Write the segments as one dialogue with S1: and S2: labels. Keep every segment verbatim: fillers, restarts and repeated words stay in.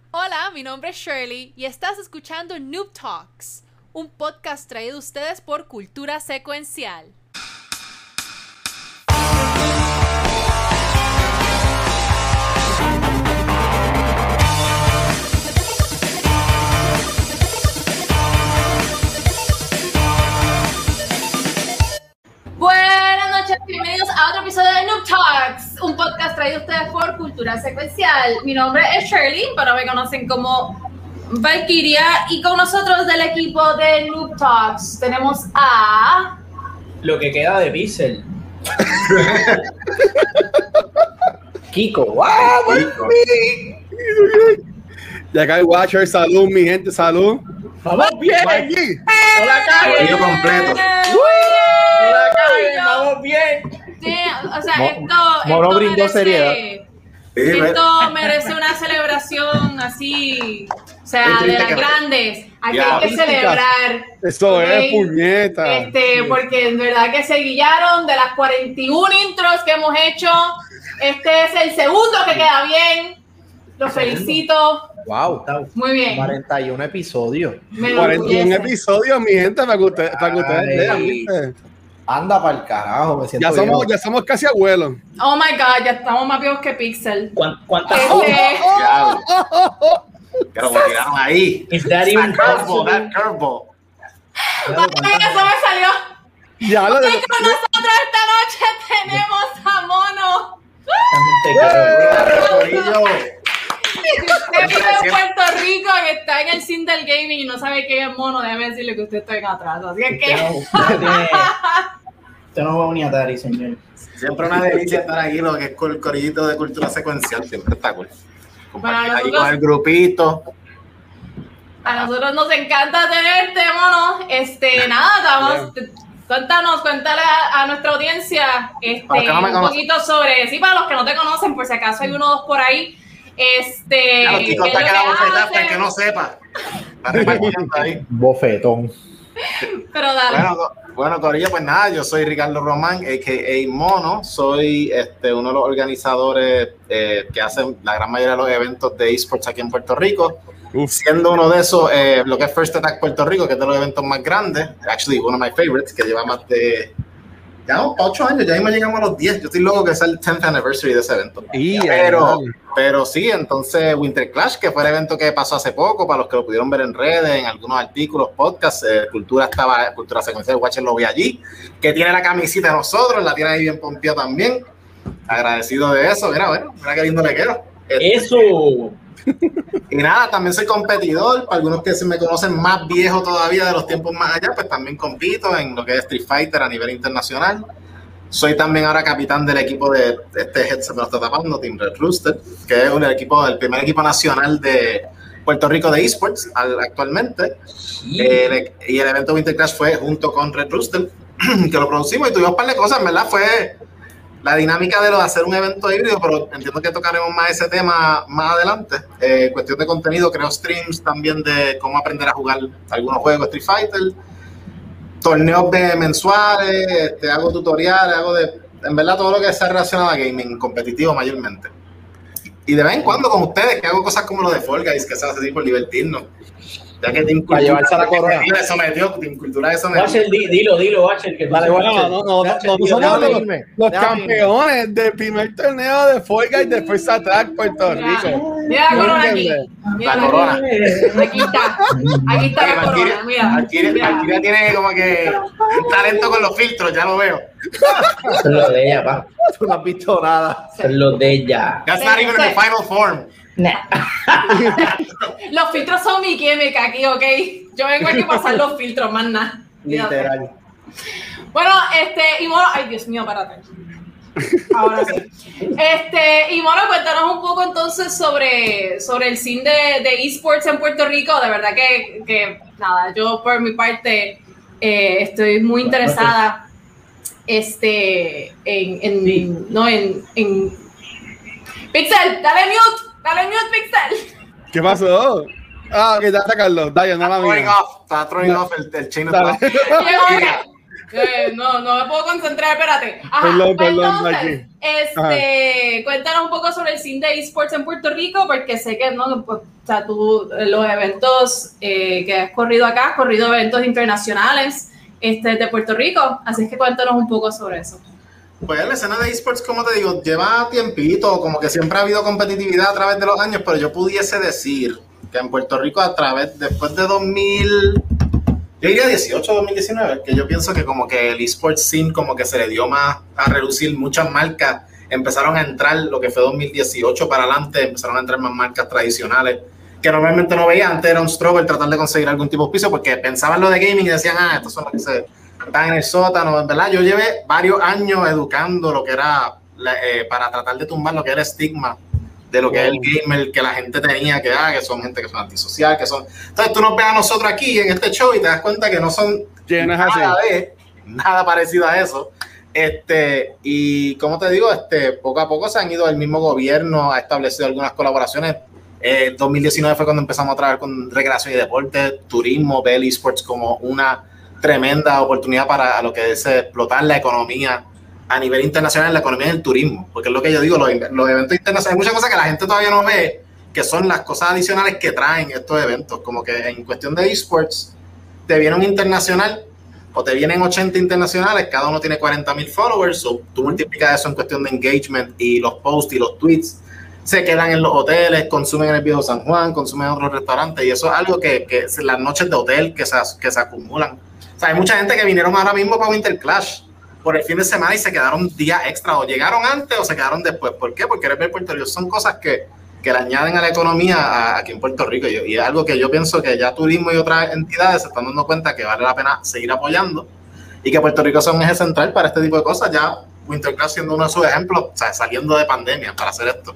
S1: Hola, mi nombre es Shirley y estás escuchando Noob Talks, un podcast traído a ustedes por Cultura Secuencial. Buenas noches, bienvenidos a otro episodio de Noob Talks, un podcast traído a ustedes por Cultura Secuencial. Mi nombre es Shirley, pero me conocen como Valkyria, y con nosotros del equipo de Noob Talks tenemos a...
S2: Lo que queda de Pixel. Kiko, wow, Kiko.
S3: Y acá hay Watcher, salud, mi gente, salud.
S2: ¡Vamos bien! ¡Hola, calle!
S4: completo.
S2: ¡Hola, calle! ¡Vamos bien!
S1: Sí, o sea,
S2: Mo-
S1: esto,
S2: Mono
S1: esto
S2: brindó
S1: merece,
S2: seriedad.
S1: esto merece una celebración así, o sea, de las grandes. Aquí
S4: Ya,
S1: hay que celebrar.
S3: Eso
S1: Ok.
S3: es, puñeta.
S1: Este, porque en verdad que se guillaron de las cuarenta y uno intros que hemos hecho. Este es el segundo que queda bien. Los felicito.
S2: Wow,
S1: Muy bien.
S2: cuarenta y uno episodios.
S1: Me
S3: cuarenta y uno
S1: enorgullece.
S3: episodios, mi gente, para que, usted, para que ustedes
S2: Ay.
S3: vean, ¿viste?
S2: Anda para el carajo, me siento
S3: Ya somos,
S2: bien.
S3: ya somos casi abuelos.
S1: Oh my god, ya estamos más viejos que Pixel.
S2: ¿Cuán- ¿Cuántas
S1: Este,
S4: Ya, que lo tiraron ahí.
S2: Is that
S4: That
S2: even
S4: curveball,
S2: possible?
S4: that curveball.
S1: ay, eso me salió.
S3: Ya lo
S1: Y
S3: de,
S1: con nosotros esta noche tenemos a Mono.
S2: También te quiero.
S4: Corillo.
S1: Si usted vive en Puerto Rico y está en el scene del gaming y no sabe qué es Mono, déjeme decirle que usted está en atrás. Así es
S2: Usted
S1: que...
S2: no- usted tiene- usted no juega ni Atari, señor.
S4: Siempre una delicia estar aquí, lo que es el corillito de cultura secuencial, siempre está cool. Compartir
S1: Bueno,
S4: ahí
S1: nosotros-
S4: con el grupito.
S1: A nosotros nos encanta tenerte, Mono. Este, nada, vamos... Cuéntanos, cuéntale a, a nuestra audiencia este,
S4: Para los que no me
S1: un
S4: conocen.
S1: poquito sobre... Sí, para los que no te conocen, por si acaso hay uno o dos por ahí. Este...
S4: Ya, los chicos,
S1: ¿qué es
S4: está
S1: lo
S4: que la
S1: que
S4: bofetada
S1: haces?
S4: para el que no sepa. Está repartiendo ahí.
S2: Bofetón.
S1: Pero dale.
S4: Bueno, co- bueno, Corillo, pues nada, yo soy Ricardo Román, a k a. Mono, soy este, uno de los organizadores eh, que hacen la gran mayoría de los eventos de esports aquí en Puerto Rico,
S3: Uf.
S4: siendo uno de esos, eh, lo que es First Attack Puerto Rico, que es de los eventos más grandes, actually one of my favorites, que lleva más de, ya vamos para ocho años, ya mismo llegamos a los diez, yo estoy loco que es el tenth anniversary de ese evento.
S3: Y,
S4: Pero,
S3: ay,
S4: pero sí, entonces Winter Clash, que fue el evento que pasó hace poco, para los que lo pudieron ver en redes, en algunos artículos, podcasts, eh, Cultura estaba, Cultura Secuencial, Watcher lo vi allí, que tiene la camisita de nosotros, la tiene ahí bien pompía también. Agradecido de eso, mira, bueno, mira qué lindo le quiero.
S2: Eso.
S4: Y nada, también soy competidor, para algunos que se me conocen más viejo todavía de los tiempos más allá, pues también compito en lo que es Street Fighter a nivel internacional. Soy también ahora capitán del equipo de este headset me lo está tapando, Team Red Rooster, que es un equipo, el primer equipo nacional de Puerto Rico de esports al- actualmente. El- y el evento Winter Clash fue junto con Red Rooster, que lo producimos y tuvimos un par de cosas, en verdad fue la dinámica de lo de hacer un evento híbrido, pero entiendo que tocaremos más ese tema más adelante. Eh, cuestión de contenido, creo streams también de cómo aprender a jugar algunos juegos Street Fighter, torneos de mensuales, este, hago tutoriales, hago de, en verdad todo lo que sea relacionado a gaming competitivo mayormente. Y de vez en cuando con ustedes, que hago cosas como lo de Fall Guys, que se hace así por divertirnos. Ya que Team
S2: Para llevarse a la corona.
S4: me sometió, Team Cultura eso me
S2: Watcher, di- dilo, dilo, Watcher. Que
S3: Dale, bueno, no, no, no,
S2: Watcher,
S3: no,
S2: dilo,
S3: nosotros
S2: déjame
S3: los-
S2: irme,
S3: los
S2: déjame irme.
S3: campeones del primer torneo de Fall Guys de First Attack Puerto Rico.
S1: Mira la
S3: ¿No
S1: corona aquí.
S3: entiendes?
S1: Mira
S4: La corona.
S1: Aquí está. Aquí está la corona. Mira.
S4: Valkyria
S1: Mira.
S4: Valkyria tiene como que un talento con los filtros, ya lo veo.
S2: Eso es lo de ella, pa. Tú no has visto nada. Eso es lo de ella.
S4: That's not even in the final form.
S2: Nah.
S1: Los filtros son mi química aquí, ¿ok? Yo vengo aquí a pasar los filtros, más nada.
S2: Literal.
S1: Bueno, este, y Mono, ay Dios mío, párate. Ahora sí. Este, y Mono, cuéntanos un poco entonces sobre, sobre el scene de, de esports en Puerto Rico. De verdad que, que nada, yo por mi parte eh, estoy muy interesada este, en, en,
S2: Sí.
S1: no, en, en... Pixel, dale mute, dale mute, Pixel.
S3: ¿Qué pasó? Ah, que ya está Carlos. Dale, no la
S4: Throwing
S3: mía.
S4: off, está throwing off el, el chain of
S3: Dale.
S4: thought.
S1: Llegó, Eh, no, no me puedo concentrar, espérate. Ajá,
S3: Perdón,
S1: pues
S3: perdón,
S1: entonces, este, cuéntanos un poco sobre el scene de esports en Puerto Rico, porque sé que no, pues, o sea, tú, los eventos eh, que has corrido acá, has corrido eventos internacionales este, de Puerto Rico, así es que cuéntanos un poco sobre eso.
S4: Pues la escena de esports, como te digo, lleva tiempito, como que siempre ha habido competitividad a través de los años, pero yo pudiese decir que en Puerto Rico a través, después de dos mil, yo diría dieciocho, dos mil diecinueve, que yo pienso que como que el esports scene como que se le dio más a relucir, muchas marcas empezaron a entrar, lo que fue dos mil dieciocho para adelante, empezaron a entrar más marcas tradicionales, que normalmente no veía, antes era un struggle tratar de conseguir algún tipo de auspicio, porque pensaban lo de gaming y decían, ah, estos son los que se están en el sótano, en verdad, yo llevé varios años educando lo que era, eh, para tratar de tumbar lo que era el estigma de lo que es el gamer, que la gente tenía, que, ah, que son gente que son antisocial, que son... Entonces tú nos ves a nosotros aquí en este show y te das cuenta que no son nada de, nada parecido a eso. Este, y como te digo, este, poco a poco se han ido, el mismo gobierno ha establecido algunas colaboraciones. Eh, dos mil diecinueve fue cuando empezamos a trabajar con recreación y deporte, turismo, ve el esports como una tremenda oportunidad para lo que es explotar la economía a nivel internacional, la economía del turismo, porque es lo que yo digo, los, los eventos internacionales, hay muchas cosas que la gente todavía no ve, que son las cosas adicionales que traen estos eventos, como que en cuestión de esports, te viene un internacional, o te vienen ochenta internacionales, cada uno tiene cuarenta mil followers, o tú multiplicas eso en cuestión de engagement, y los posts y los tweets, se quedan en los hoteles, consumen en el Viejo San Juan, consumen en otros restaurantes, y eso es algo que, que las noches de hotel que se, que se acumulan. O sea, hay mucha gente que vinieron ahora mismo para Winter Clash, por el fin de semana y se quedaron días extra, o llegaron antes o se quedaron después. ¿Por qué? Porque ver Puerto Rico son cosas que, que le añaden a la economía a, aquí en Puerto Rico, y, y es algo que yo pienso que ya turismo y otras entidades se están dando cuenta que vale la pena seguir apoyando, y que Puerto Rico es un eje central para este tipo de cosas, ya Winter Clash siendo uno de sus ejemplos, o sea, saliendo de pandemia para hacer esto.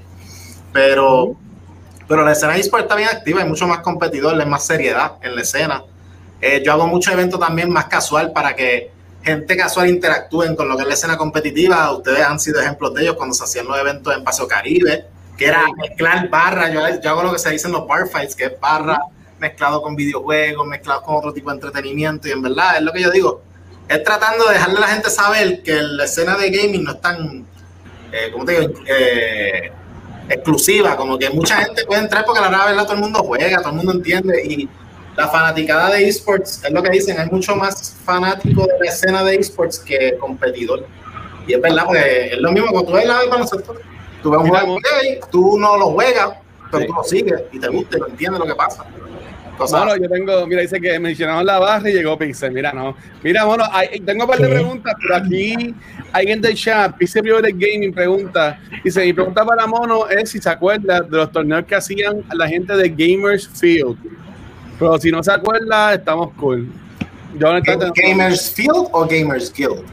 S4: Pero, pero la escena de eSport está bien activa, hay mucho más competidores, hay más seriedad en la escena. Eh, yo hago muchos eventos también más casual para que gente casual interactúen con lo que es la escena competitiva. Ustedes han sido ejemplos de ellos cuando se hacían los eventos en Paseo Caribe, que era mezclar barra. Yo, yo hago lo que se dice en los bar fights, que es barra mezclado con videojuegos, mezclado con otro tipo de entretenimiento. Y en verdad es lo que yo digo, es tratando de dejarle a la gente saber que la escena de gaming no es tan, eh, ¿cómo te digo? Eh, exclusiva, como que mucha gente puede entrar porque a la hora de verla todo el mundo juega, todo el mundo entiende, y la fanaticada de esports, es lo que dicen, hay mucho más fanático de la escena de esports que competidor. Y es verdad, porque es lo mismo cuando tú ves la para nosotros. Tú ves un juego de tú no lo juegas, pero sí, tú lo sigues y te gusta y lo entiendes lo que pasa.
S3: Bueno, yo tengo, mira, dice que mencionamos la barra y llegó Pixel. Mira, no. Mira, bueno, hay, tengo un par de preguntas, pero aquí alguien del chat, Pixel Priority Gaming pregunta, dice, mi pregunta para Mono es si se acuerda de los torneos que hacían la gente de Gamers Field. Pero si no se acuerda, estamos cool. Yo,
S4: ¿Gamers Field o Gamers Guild?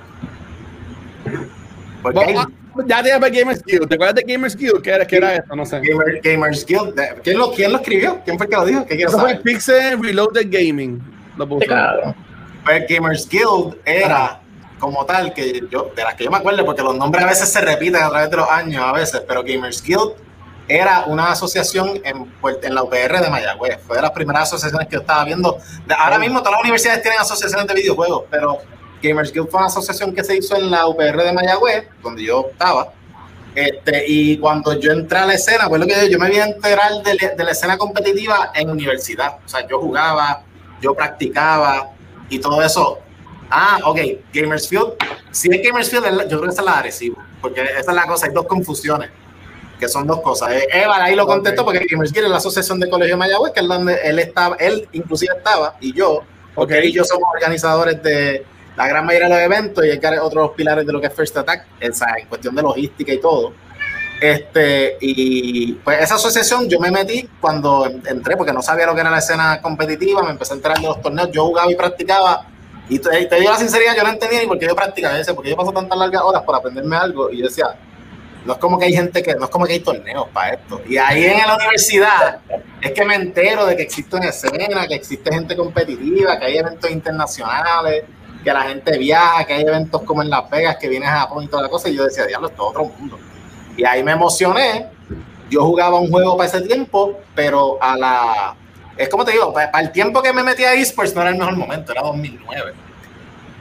S3: Bueno, ya te llama Gamers Guild. ¿Te acuerdas de Gamers Guild? ¿Qué era, qué era esto? No sé.
S4: Gamer, Gamers Guild. ¿Quién lo, ¿Quién lo escribió? ¿Quién fue el que lo dijo? ¿Qué quiero saber?
S3: Fue Pixel Reloaded Gaming. Lo puso.
S2: Claro.
S4: Pues Gamers Guild era como tal, que yo, de las que yo me acuerdo, porque los nombres a veces se repiten a través de los años, a veces, pero Gamers Guild era una asociación en, en la U P R de Mayagüez. Fue de las primeras asociaciones que yo estaba viendo. Ahora mismo todas las universidades tienen asociaciones de videojuegos, pero Gamers Guild fue una asociación que se hizo en la U P R de Mayagüez, donde yo estaba. Este, y cuando yo entré a la escena, pues lo que yo, yo me vi a enterar de, le, de la escena competitiva en universidad. O sea, yo jugaba, yo practicaba y todo eso. Ah, ok, Gamers Field. Si es Gamers Field, yo creo que esa es la de Arecibo, porque esa es la cosa, hay dos confusiones, que son dos cosas. Eva ahí lo contestó, okay, porque Gamers Guild es la asociación de colegio de Mayagüez, que es donde él estaba, él inclusive estaba, y yo, porque okay, él y yo somos organizadores de la gran mayoría de los eventos, y hay que otros pilares de lo que es First Attack, esa, en cuestión de logística y todo. Este, y pues esa asociación yo me metí cuando entré, porque no sabía lo que era la escena competitiva, me empecé a enterar de los torneos, yo jugaba y practicaba, y te, te digo la sinceridad, yo no entendía ni por qué yo practicaba, yo decía, porque yo paso tantas largas horas por aprenderme algo, y yo decía, no es como que hay gente que, no es como que hay torneos para esto. Y ahí en la universidad es que me entero de que existe una escena, que existe gente competitiva, que hay eventos internacionales, que la gente viaja, que hay eventos como en Las Vegas, que viene a Japón y toda la cosa. Y yo decía, diablo, esto es otro mundo. Y ahí me emocioné. Yo jugaba un juego para ese tiempo, pero a la... Es como te digo, para, para el tiempo que me metí a eSports no era el mejor momento, era dos mil nueve.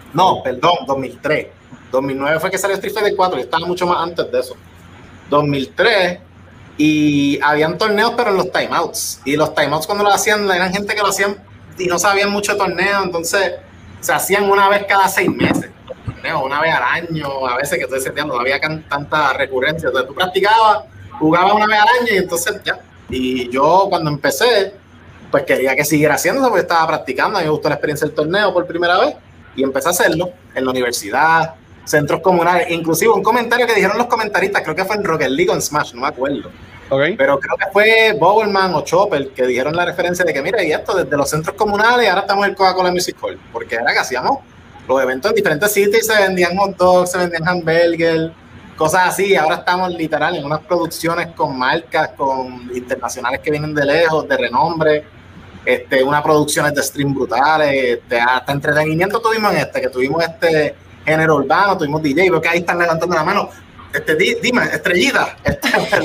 S4: No, perdón, dos mil tres. dos mil nueve fue que salió Street Fighter cuatro, yo estaba mucho más antes de eso. dos mil tres, y habían torneos, pero en los timeouts. Y los timeouts cuando lo hacían, eran gente que lo hacían y no sabían mucho de torneos, entonces se hacían una vez cada seis meses. Torneos, una vez al año, a veces que tú decías, no había tanta recurrencia. Entonces tú practicabas, jugabas una vez al año y entonces ya. Y yo cuando empecé, pues quería que siguiera haciéndolo porque estaba practicando, a mí me gustó la experiencia del torneo por primera vez y empecé a hacerlo en la universidad, centros comunales, inclusive un comentario que dijeron los comentaristas, creo que fue en Rocket League o en Smash, no me acuerdo, okay. Pero creo que fue Bowerman o Chopper que dijeron la referencia de que mira, y esto desde los centros comunales ahora estamos en el Coca-Cola Music Hall, porque era que hacíamos los eventos en diferentes sitios y se vendían hot dogs, se vendían hamburgues, cosas así. Ahora estamos literal en unas producciones con marcas, con internacionales que vienen de lejos, de renombre, este, unas producciones de stream brutales, este, hasta entretenimiento tuvimos en este, que tuvimos este género urbano, tuvimos D J, veo que ahí están levantando la mano. Este, di, dime, Estrellita. Este,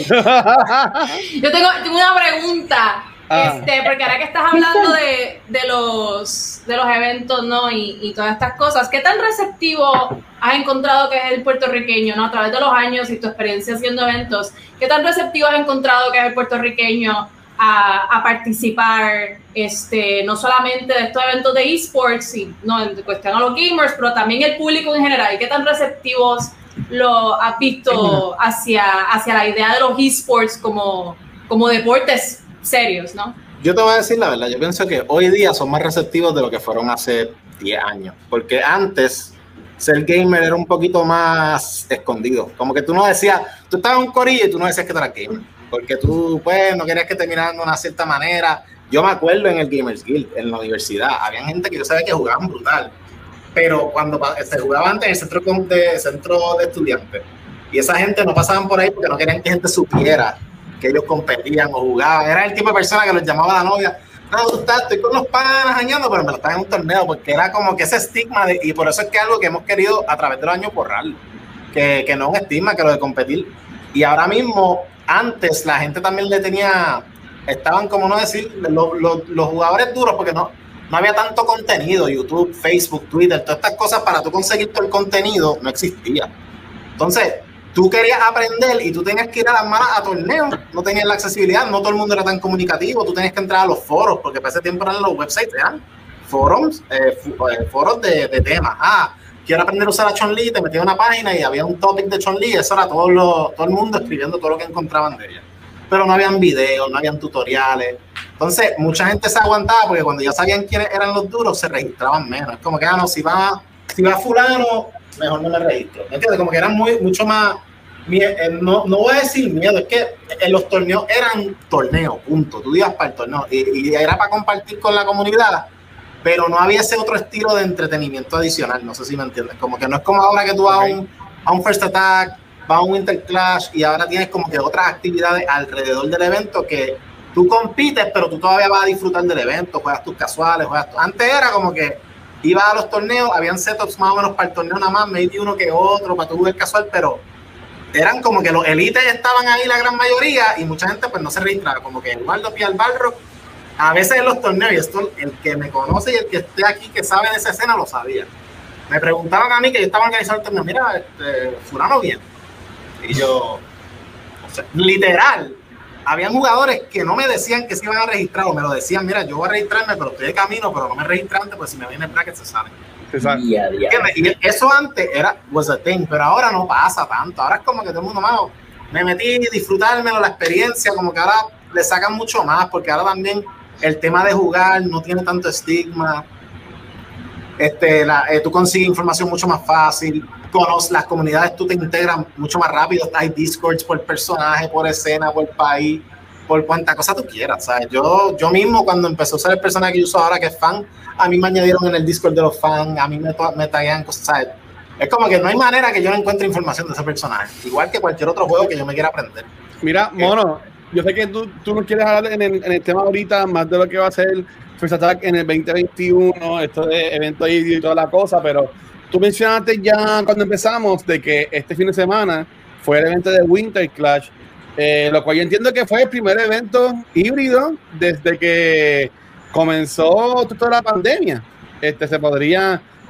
S1: Yo tengo, tengo una pregunta. Ah. Este, porque ahora que estás hablando de, de, los, de los eventos, ¿no? Y, y todas estas cosas, ¿qué tan receptivo has encontrado que es el puertorriqueño, ¿no? A través de los años y tu experiencia haciendo eventos, ¿qué tan receptivo has encontrado que es el puertorriqueño a, a participar, este, no solamente de estos eventos de esports, y, no, en cuestión a los gamers, pero también el público en general? ¿Y qué tan receptivos lo has visto hacia, hacia la idea de los esports como, como deportes serios, ¿no?
S4: Yo te voy a decir la verdad, yo pienso que hoy día son más receptivos de lo que fueron hace diez años, porque antes ser gamer era un poquito más escondido, como que tú no decías, tú estabas en un corillo y tú no decías que tú eras gamer, porque tú pues no querías que te miraran de una cierta manera. Yo me acuerdo en el Gamers Guild, en la universidad, había gente que yo sabía que jugaban brutal, pero cuando se jugaba antes en el centro de, centro de estudiantes, y esa gente no pasaban por ahí porque no querían que gente supiera que ellos competían o jugaban. Era el tipo de persona que los llamaba a la novia, no, está, estoy con los panas añando, pero me lo están en un torneo, porque era como que ese estigma, de, y por eso es que algo que hemos querido a través de los años borrarlo, que, que no es un estigma, que lo de competir. Y ahora mismo, antes la gente también le tenía, estaban como no decir, los, los, los jugadores duros, porque no, no había tanto contenido, YouTube, Facebook, Twitter, todas estas cosas para tú conseguir todo el contenido, no existía. Entonces, tú querías aprender y tú tenías que ir a las manos a torneos, no tenías la accesibilidad, no todo el mundo era tan comunicativo, tú tenías que entrar a los foros, porque para ese tiempo eran los websites, eran foros, eh, foros de, de temas. Ah, quiero aprender a usar a Chun-Li, te metías en una página y había un topic de Chun-Li, eso era todo, lo, todo el mundo escribiendo todo lo que encontraban de ella. Pero no habían videos, no habían tutoriales. Entonces, mucha gente se aguantaba porque cuando ya sabían quiénes eran los duros, se registraban menos. Es como que, ah, no, si va, si va fulano, mejor no me registro. ¿Me entiendes? Como que eran muy, mucho más, no, no voy a decir miedo, es que en los torneos eran torneos, punto. Tú ibas para el torneo y, y era para compartir con la comunidad, pero no había ese otro estilo de entretenimiento adicional. No sé si me entiendes. Como que no es como ahora que tú vas okay. a, un, a un First Attack, vas a un Winter Clash y ahora tienes como que otras actividades alrededor del evento que tú compites, pero tú todavía vas a disfrutar del evento, juegas tus casuales, juegas tus... Antes era como que ibas a los torneos, habían setups más o menos para el torneo nada más, maybe uno que otro, para tu jugar casual, pero eran como que los elites estaban ahí la gran mayoría y mucha gente pues no se registraba, como que Eduardo Pial Balro, a veces en los torneos, y esto el que me conoce y el que esté aquí que sabe de esa escena lo sabía, me preguntaban a mí que yo estaba organizando el torneo, mira, este, fulano bien, y yo, o sea, literal, habían jugadores que no me decían que se iban a registrar, o me lo decían, mira, yo voy a registrarme, pero estoy de camino, pero no me registro antes, pues si me viene el bracket se sale.
S2: Día, día.
S4: Y eso antes era was a thing, pero ahora no pasa tanto. Ahora es como que todo el mundo, mano, me metí, disfrutármelo, la experiencia, como que ahora le sacan mucho más, porque ahora también el tema de jugar no tiene tanto estigma. Este, la, eh, tú consigues información mucho más fácil, conoces las comunidades, tú te integras mucho más rápido, hay Discords por personaje, por escena, por país, por cuanta cosa tú quieras, ¿sabes? Yo, yo mismo cuando empecé a usar el personaje que yo uso ahora, que es fan, a mí me añadieron en el Discord de los fans, a mí me, me taguean cosas, ¿sabes? Es como que no hay manera que yo no encuentre información de ese personaje, igual que cualquier otro juego que yo me quiera aprender.
S3: Mira, mono, yo sé que tú, tú no quieres hablar en el, en el tema ahorita más de lo que va a ser First Attack en el veinte veintiuno, esto de evento y toda la cosa, pero tú mencionaste ya cuando empezamos de que este fin de semana fue el evento de Winter Clash, eh, lo cual yo entiendo que fue el primer evento híbrido desde que comenzó toda la pandemia. Este, se podría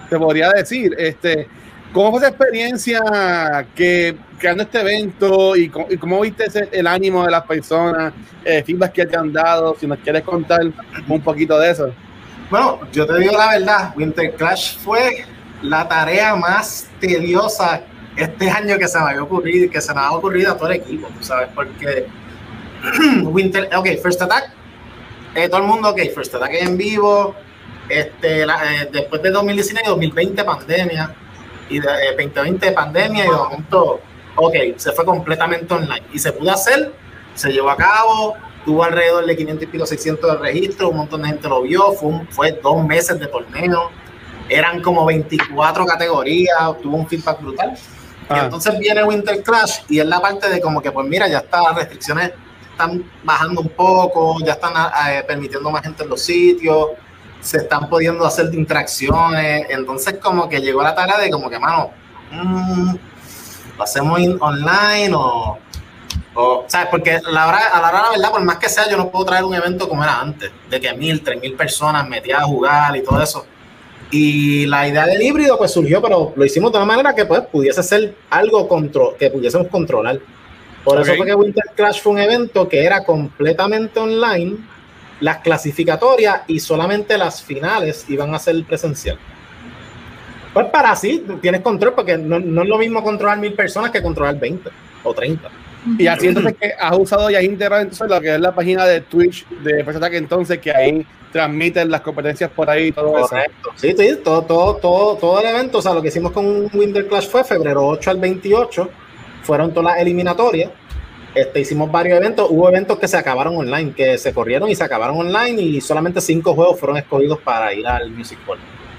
S3: te podría decir, este, ¿cómo fue esa experiencia que creando este evento y cómo, y cómo viste ese, el ánimo de las personas, eh, feedback que te han dado? Si nos quieres contar un poquito de eso.
S4: Bueno, yo te digo la verdad, Winter Clash fue la tarea más tediosa este año que se me había ocurrido, que se me ha ocurrido a todo el equipo, ¿sabes? Porque Winter, ok, First Attack, eh, todo el mundo, ok, First Attack en vivo, este, la, eh, después de dos mil diecinueve, dos mil veinte pandemia, y de eh, veinte veinte pandemia, y de momento, ok, se fue completamente online, y se pudo hacer, se llevó a cabo, tuvo alrededor de quinientos y pico, seiscientos de registro, un montón de gente lo vio, fue, un, fue dos meses de torneo, eran como veinticuatro categorías, tuvo un feedback brutal. Ah. Y entonces viene Winter Clash y es la parte de como que, pues mira, ya está, las restricciones están bajando un poco, ya están eh, permitiendo más gente en los sitios, se están pudiendo hacer interacciones, entonces como que llegó la tarea de como que, mano, mmm, lo hacemos in, online o, o, ¿sabes? Porque la hora, a la hora de la verdad, por más que sea, yo no puedo traer un evento como era antes, de que mil, tres mil personas metidas a jugar y todo eso. Y la idea del híbrido pues surgió, pero lo hicimos de una manera que pues pudiese ser algo contro que pudiésemos controlar. Por okay. Eso fue que Winter Clash fue un evento que era completamente online, las clasificatorias y solamente las finales iban a ser presencial. Pues para así tienes control, porque no, no es lo mismo controlar mil personas que controlar veinte o treinta.
S3: Y así entonces que has usado ya integrado entonces lo que es la página de Twitch de First Attack, entonces que ahí transmiten las competencias por ahí y todo
S4: Correcto.
S3: eso.
S4: Sí, sí, todo, todo, todo, todo el evento, o sea, lo que hicimos con Winter Clash fue febrero ocho al veintiocho, fueron todas las eliminatorias, este, hicimos varios eventos, hubo eventos que se acabaron online, que se corrieron y se acabaron online y solamente cinco juegos fueron escogidos para ir al Music Hall.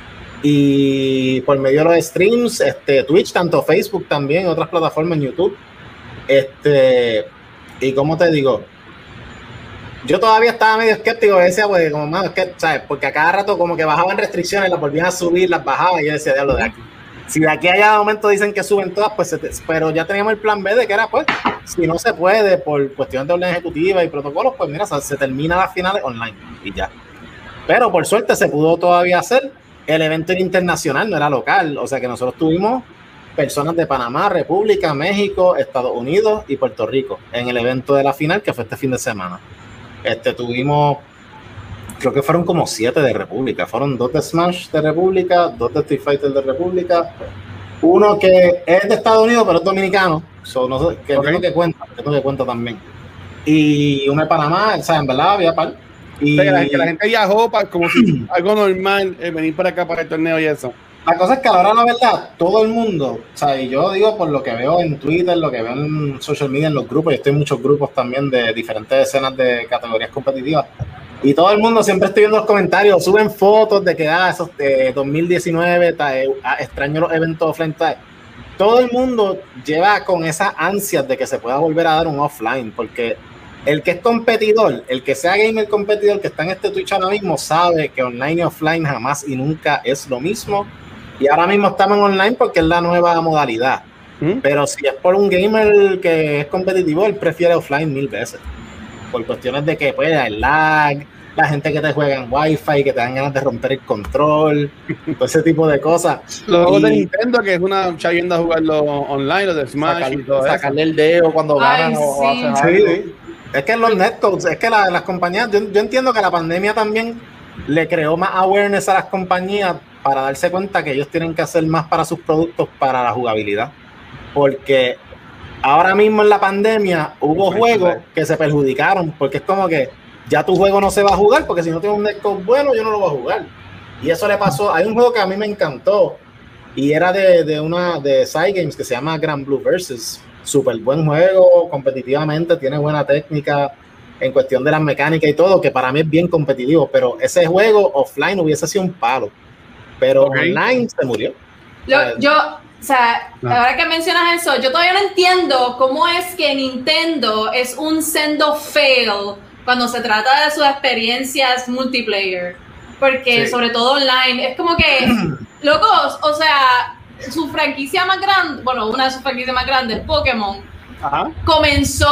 S4: Y por medio de los streams, este, Twitch, tanto Facebook también, otras plataformas en YouTube, este, y como te digo, yo todavía estaba medio escéptico, decía, pues, como más, que, ¿sabes? Porque a cada rato como que bajaban restricciones, las volvían a subir, las bajaban, y yo decía, diablo, de aquí. Si de aquí a allá de momento dicen que suben todas, pues, se te, pero ya teníamos el plan B de que era, pues, si no se puede por cuestiones de orden ejecutiva y protocolos, pues mira, se, se termina las finales online y ya. Pero por suerte se pudo todavía hacer. El evento era internacional, no era local, o sea que nosotros tuvimos personas de Panamá, República, México, Estados Unidos y Puerto Rico en el evento de la final que fue este fin de semana. Este, tuvimos, creo que fueron como siete de República, fueron dos de Smash de República, dos de Street Fighter de República, uno que es de Estados Unidos pero es dominicano, so, no sé, que okay. tengo que cuenta, que tengo que cuenta también, y uno de Panamá, o sea, en verdad había par. Y
S3: o sea, que, la, que la gente viajó para, como si algo normal, eh, venir para acá para el torneo y eso.
S4: La cosa es que ahora la verdad, todo el mundo, o sea, y yo digo por lo que veo en Twitter, lo que veo en social media, en los grupos, yo estoy en muchos grupos también de diferentes escenas de categorías competitivas, y todo el mundo siempre estoy viendo los comentarios, suben fotos de que, ah, esos de dos mil diecinueve, ta, eh, ah, extraño los eventos offline, ta. Todo el mundo lleva con esas ansias de que se pueda volver a dar un offline, porque el que es competidor, el que sea gamer competidor que está en este Twitch ahora mismo, sabe que online y offline jamás y nunca es lo mismo. Y ahora mismo estamos en online porque es la nueva modalidad. ¿Mm? Pero si es por un gamer que es competitivo, él prefiere offline mil veces. Por cuestiones de que pues, el lag, la gente que te juega en Wi-Fi, que te dan ganas de romper el control, todo ese tipo de cosas.
S3: Los juegos de Nintendo, que es una chavienda jugarlo online, o de Smash
S2: Sacar,
S3: y todo
S2: sacarle
S3: eso.
S2: el dedo cuando
S1: Ay,
S2: ganan
S1: sí.
S2: o hacen
S4: Sí,
S2: algo.
S4: sí. Es que los netcodes, es que la, las compañías, yo, yo entiendo que la pandemia también le creó más awareness a las compañías para darse cuenta que ellos tienen que hacer más para sus productos para la jugabilidad. Porque ahora mismo en la pandemia hubo juegos que se perjudicaron, porque es como que ya tu juego no se va a jugar, porque si no tienes un netcode bueno, yo no lo voy a jugar. Y eso le pasó, hay un juego que a mí me encantó, y era de, de una de Cygames que se llama Grand Blue Versus. Súper buen juego, competitivamente, tiene buena técnica en cuestión de las mecánicas y todo, que para mí es bien competitivo, pero ese juego offline hubiese sido un palo, pero okay. online se murió.
S1: Lo, yo, o sea, no. ahora que mencionas eso, yo todavía no entiendo cómo es que Nintendo es un sendo fail cuando se trata de sus experiencias multiplayer, porque sí. sobre todo online, es como que, locos, o sea, su franquicia más grande, bueno, una de sus franquicias más grandes, Pokémon, Ajá. comenzó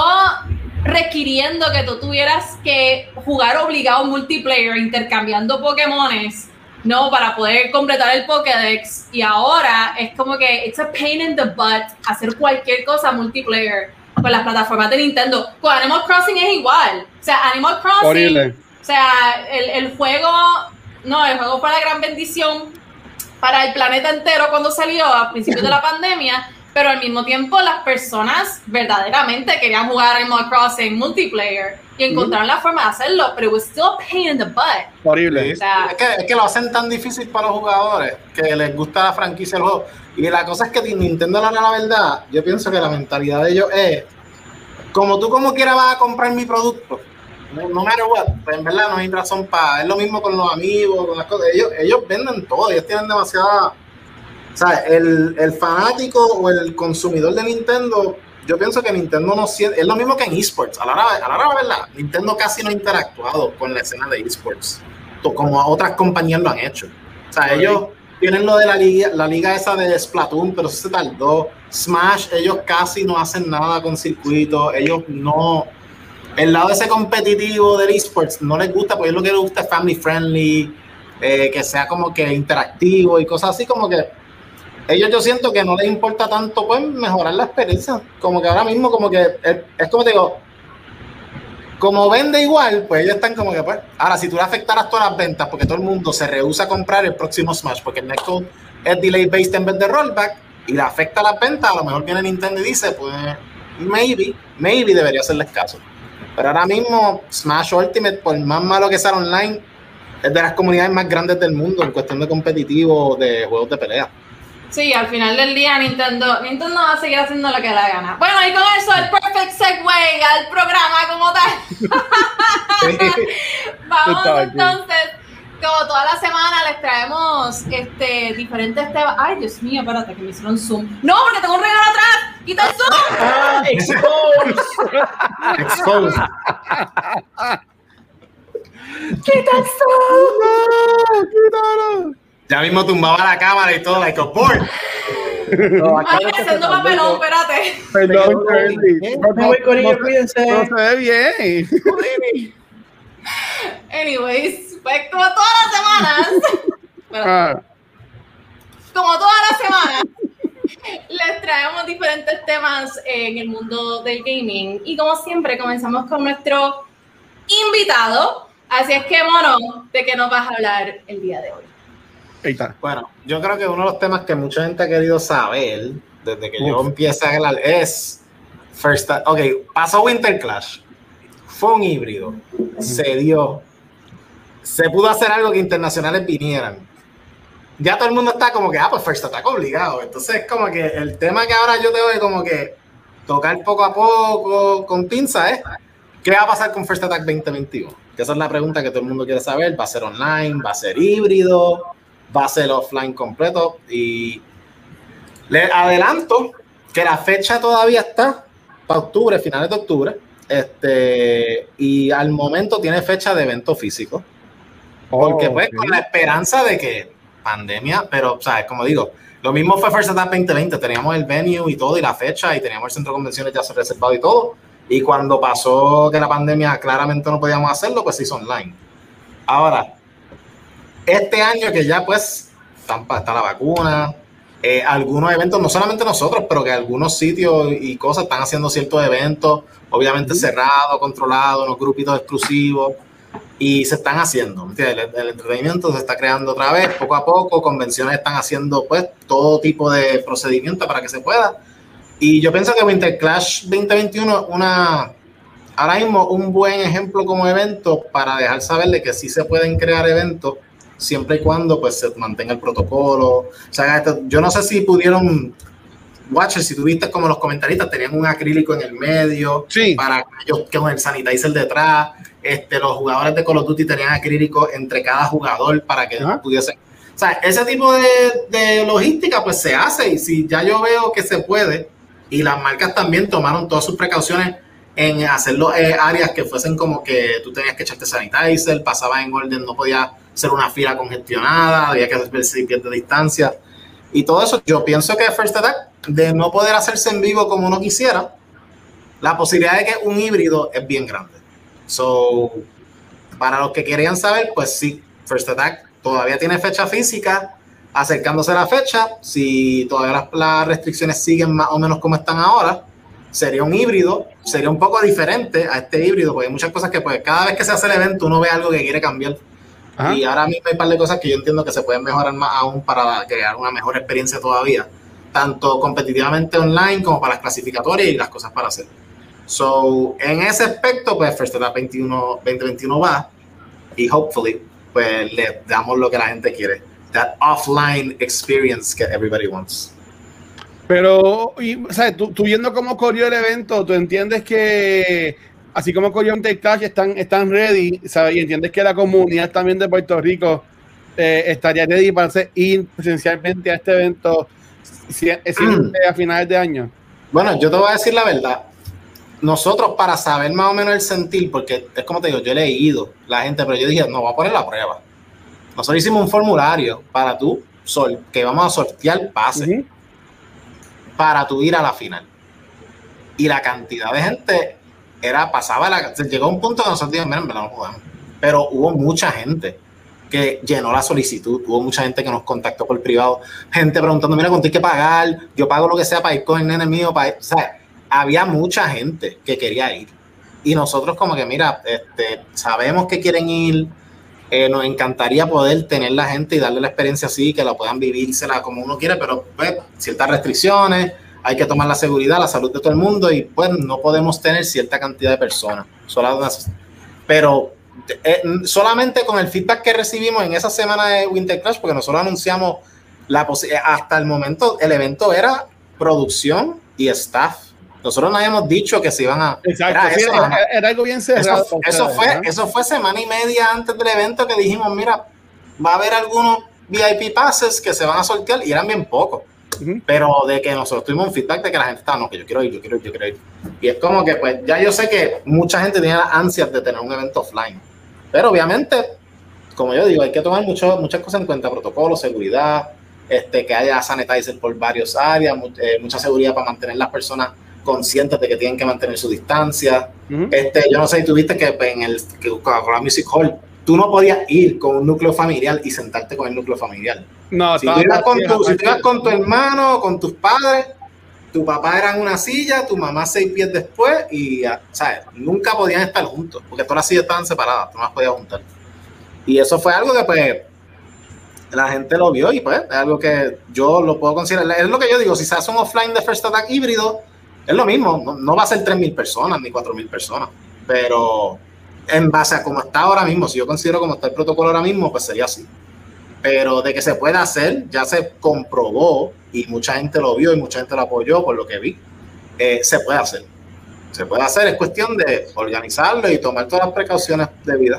S1: requiriendo que tú tuvieras que jugar obligado multiplayer, intercambiando Pokémones no, para poder completar el Pokédex, y ahora es como que it's a pain in the butt hacer cualquier cosa multiplayer con las plataformas de Nintendo. Con Animal Crossing es igual, o sea, Animal Crossing, horrible. O sea, el, el juego, no, el juego fue la gran bendición para el planeta entero cuando salió a principios de la pandemia, pero al mismo tiempo las personas verdaderamente querían jugar Animal Crossing multiplayer y encontraron la forma de hacerlo, pero it was still a pain in the butt.
S3: Horrible.
S4: O sea, es, que, es que lo hacen tan difícil para los jugadores que les gusta la franquicia del juego. Y la cosa es que Nintendo, la, la verdad, yo pienso que la mentalidad de ellos es, como tú como quieras vas a comprar mi producto, no, no matter what, pues en verdad no hay razón para, es lo mismo con los amigos, con las cosas, ellos, ellos venden todo, ellos tienen demasiada, o sea, el, el fanático o el consumidor de Nintendo, yo pienso que Nintendo no siente, es lo mismo que en esports, a la hora, a la hora de verdad, Nintendo casi no ha interactuado con la escena de esports, como otras compañías lo han hecho, o sea, sí. Ellos tienen lo de la liga, la liga esa de Splatoon, pero eso se tardó, Smash, ellos casi no hacen nada con circuitos, ellos no, el lado ese competitivo del esports no les gusta, porque es lo que les gusta es family friendly, eh, que sea como que interactivo y cosas así, como que ellos yo siento que no les importa tanto pues mejorar la experiencia, como que ahora mismo como que es, es como te digo, como vende igual, pues ellos están como que pues, ahora si tú le afectaras todas las ventas, porque todo el mundo se rehúsa a comprar el próximo Smash, porque el netcode es delay based en vez de rollback, y le afecta las ventas, a lo mejor viene Nintendo y dice, pues maybe, maybe debería hacerles caso. Pero ahora mismo Smash Ultimate, por más malo que sea online, es de las comunidades más grandes del mundo en cuestión de competitivo de juegos de pelea.
S1: Sí, al final del día Nintendo, Nintendo va a seguir haciendo lo que le da gana. Bueno, y con eso el perfect segue al programa como tal. Vamos entonces, como toda la semana les traemos este, diferentes temas. Ay, Dios mío, espérate, que me hicieron zoom. No, porque tengo un regalo atrás. ¡Quita el zoom!
S2: ¡Ah, expose!
S4: Expose.
S1: ¡Quita el zoom!
S3: ¡No! ¡Quítalo!
S4: Ya mismo tumbaba la cámara y todo, like a board.
S2: No,
S1: Ay, haciendo papelón, espérate.
S3: Perdón, Kirby.
S2: No voy con ellos, cuídense.
S3: No se ve bien.
S1: Anyways, pues como todas las semanas,
S3: Ah.
S1: como todas las semanas, les traemos diferentes temas en el mundo del gaming. Y como siempre, comenzamos con nuestro invitado. Así es que, Mono, ¿de qué nos vas a hablar el día de hoy?
S3: Ahí está.
S4: Bueno, yo creo que uno de los temas que mucha gente ha querido saber desde que Uf. yo empiezo a hablar es First, ok, pasó Winter Clash, fue un híbrido, uh-huh. se dio, se pudo hacer algo que internacionales vinieran. Ya todo el mundo está como que, ah, pues First Attack obligado. Entonces, como que el tema que ahora yo tengo que como que tocar poco a poco con pinza es, ¿qué va a pasar con First Attack veinte veintiuno? Que esa es la pregunta que todo el mundo quiere saber. ¿Va a ser online? ¿Va a ser híbrido? ¿Va a ser offline completo? Y le adelanto que la fecha todavía está para octubre, finales de octubre. Este, y al momento tiene fecha de evento físico. Porque pues okay. con la esperanza de que pandemia, pero, ¿sabes? Como digo, lo mismo fue First Attack veinte veinte. Teníamos el venue y todo, y la fecha, y teníamos el centro de convenciones ya reservado y todo. Y cuando pasó que la pandemia claramente no podíamos hacerlo, pues se hizo online. Ahora, este año que ya pues está la vacuna, eh, algunos eventos, no solamente nosotros, pero que algunos sitios y cosas están haciendo ciertos eventos, obviamente cerrados, controlados, unos grupitos exclusivos, y se están haciendo. El, el entretenimiento se está creando otra vez, poco a poco, convenciones están haciendo pues todo tipo de procedimientos para que se pueda. Y yo pienso que Winter Clash veinte veintiuno una, ahora mismo un buen ejemplo como evento para dejar saber de que sí se pueden crear eventos siempre y cuando pues se mantenga el protocolo. O sea, esto, yo no sé si pudieron, Watcher, si tuviste como los comentaristas tenían un acrílico en el medio
S3: sí. para
S4: ellos que con el sanitizer detrás, este, los jugadores de Call of Duty tenían acrílico entre cada jugador para que ¿Ah? pudiesen. O sea, ese tipo de, de logística pues se hace, y si ya yo veo que se puede, y las marcas también tomaron todas sus precauciones en hacerlo eh, áreas que fuesen como que tú tenías que echarte sanitizer, pasaba en orden, no podía ser una fila congestionada, había que hacer pies de distancia y todo eso. Yo pienso que First Attack, de no poder hacerse en vivo como uno quisiera, la posibilidad de que un híbrido es bien grande. So, para los que querían saber, pues sí, First Attack todavía tiene fecha física, acercándose a la fecha, si todavía las, las restricciones siguen más o menos como están ahora, sería un híbrido, sería un poco diferente a este híbrido, porque hay muchas cosas que pues cada vez que se hace el evento uno ve algo que quiere cambiar. Ajá. Y ahora mismo hay un par de cosas que yo entiendo que se pueden mejorar más aún para crear una mejor experiencia todavía, tanto competitivamente online como para las clasificatorias y las cosas para hacer. So, en ese aspecto, pues First Etap veintiuno, veinte veintiuno va y hopefully pues le damos lo que la gente quiere, that offline experience that everybody wants.
S3: Pero, y, ¿sabes? Tú, tú viendo cómo corrió el evento, tú entiendes que, así como corrió en Clash, están, están ready, ¿sabes? Y entiendes que la comunidad también de Puerto Rico eh, estaría ready para hacer, ir presencialmente a este evento si, si, mm. a finales de año.
S4: Bueno, yo te voy a decir la verdad. Nosotros, para saber más o menos el sentir, porque es como te digo, yo he leído la gente, pero yo dije, no, voy a poner la prueba. Nosotros hicimos un formulario para tú, sol, que vamos a sortear pases. Uh-huh. Para tú ir a la final. Y la cantidad de gente era, pasaba, la, llegó a un punto que nosotros dijimos, miren, no podemos. Pero hubo mucha gente que llenó la solicitud, hubo mucha gente que nos contactó por privado, gente preguntando, mira, ¿cuánto hay que pagar? Yo pago lo que sea para ir con el nene mío, para ir. O sea, había mucha gente que quería ir. Y nosotros como que, mira, este, sabemos que quieren ir, eh, nos encantaría poder tener la gente y darle la experiencia así, que la puedan vivírsela como uno quiere, pero pues, ciertas restricciones, hay que tomar la seguridad, la salud de todo el mundo y pues no podemos tener cierta cantidad de personas. Pero eh, solamente con el feedback que recibimos en esa semana de Winter Clash, porque nosotros anunciamos la hasta el momento el evento era producción y staff. Nosotros no habíamos dicho que se iban a...
S3: Exacto, era, sí, eso, era, era algo bien cerrado.
S4: Eso, eso, fue, ¿no? eso fue semana y media antes del evento que dijimos, mira, va a haber algunos V I P passes que se van a sortear y eran bien pocos. Uh-huh. Pero de que nosotros tuvimos un feedback de que la gente estaba, no, que yo quiero ir, yo quiero ir, yo quiero ir. Y es como que, pues, ya yo sé que mucha gente tiene las ansias de tener un evento offline. Pero obviamente, como yo digo, hay que tomar mucho, muchas cosas en cuenta, protocolo, seguridad, este, que haya sanitizer por varias áreas, eh, mucha seguridad para mantener las personas conscientes de que tienen que mantener su distancia. Uh-huh. Este, yo no sé si tuviste que en el que Coca-Cola Music Hall tú no podías ir con un núcleo familiar y sentarte con el núcleo familiar. No, si tú ibas con, tu, si tú ibas con tu hermano, con tus padres, tu papá era en una silla, tu mamá seis pies después y, ¿sabes? Nunca podían estar juntos porque todas las sillas estaban separadas, tú no las podías juntar. Y eso fue algo que pues la gente lo vio y pues es algo que yo lo puedo considerar. Es lo que yo digo, si se hace un offline de First Attack híbrido, es lo mismo, no, no va a ser tres mil personas ni cuatro mil personas, pero en base a cómo está ahora mismo, si yo considero cómo está el protocolo ahora mismo, pues sería así. Pero de que se puede hacer, ya se comprobó y mucha gente lo vio y mucha gente lo apoyó por lo que vi, eh, se puede hacer. Se puede hacer, es cuestión de organizarlo y tomar todas las precauciones debidas.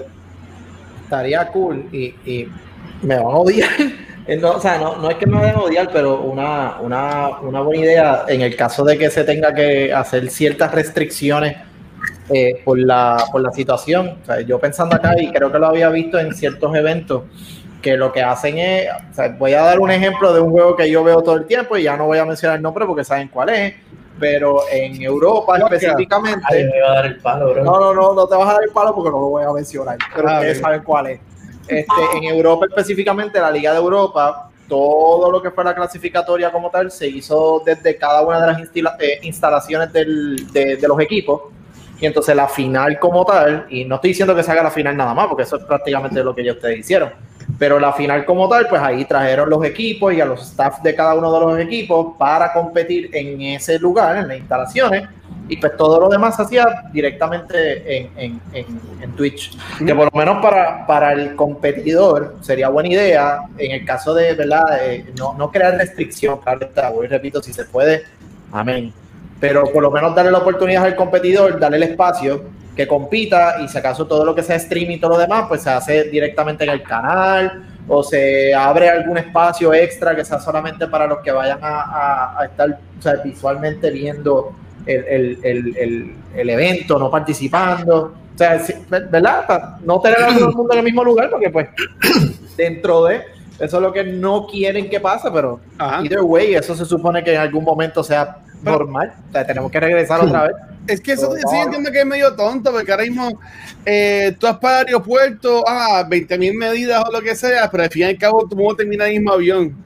S2: Estaría cool y, y me van a odiar. No, o sea, no, no es que me vayan a odiar, pero una, una, una buena idea en el caso de que se tenga que hacer ciertas restricciones eh, por, la, por la situación. O sea, yo pensando acá, y creo que lo había visto en ciertos eventos, que lo que hacen es, o sea, voy a dar un ejemplo de un juego que yo veo todo el tiempo y ya no voy a mencionar el nombre porque saben cuál es, pero en Europa no, específicamente...
S5: Ay, me voy a dar el palo, bro.
S2: No, no, no, no te vas a dar el palo porque no lo voy a mencionar, pero ah, ustedes saben cuál es. Este, en Europa específicamente, la Liga de Europa, todo lo que fue la clasificatoria como tal se hizo desde cada una de las instala- eh, instalaciones del, de, de los equipos, y entonces la final como tal, y no estoy diciendo que se haga la final nada más porque eso es prácticamente lo que ya ustedes hicieron, pero la final como tal, pues ahí trajeron los equipos y a los staff de cada uno de los equipos para competir en ese lugar, en las instalaciones, y pues todo lo demás se hacía directamente en, en, en, en Twitch. Mm. Que por lo menos para, para el competidor sería buena idea, en el caso de, ¿verdad? Eh, no, no crear restricción, claro está, voy, repito, si se puede, amén. Pero por lo menos darle la oportunidad al competidor, darle el espacio, que compita, y si acaso todo lo que sea streaming y todo lo demás, pues se hace directamente en el canal, o se abre algún espacio extra que sea solamente para los que vayan a, a, a estar, o sea, visualmente viendo el, el, el, el, el evento, no participando, o sea, ¿verdad? Para no tener a todo el mundo en el mismo lugar, porque pues dentro de eso es lo que no quieren que pase, pero Ajá. either way, eso se supone que en algún momento sea normal, o sea, tenemos que regresar otra vez.
S3: Es que eso sí entiendo que es medio tonto, porque ahora mismo eh, tú vas para el aeropuerto, ah, veinte mil medidas o lo que sea, pero al fin y al cabo tú no terminas el mismo avión.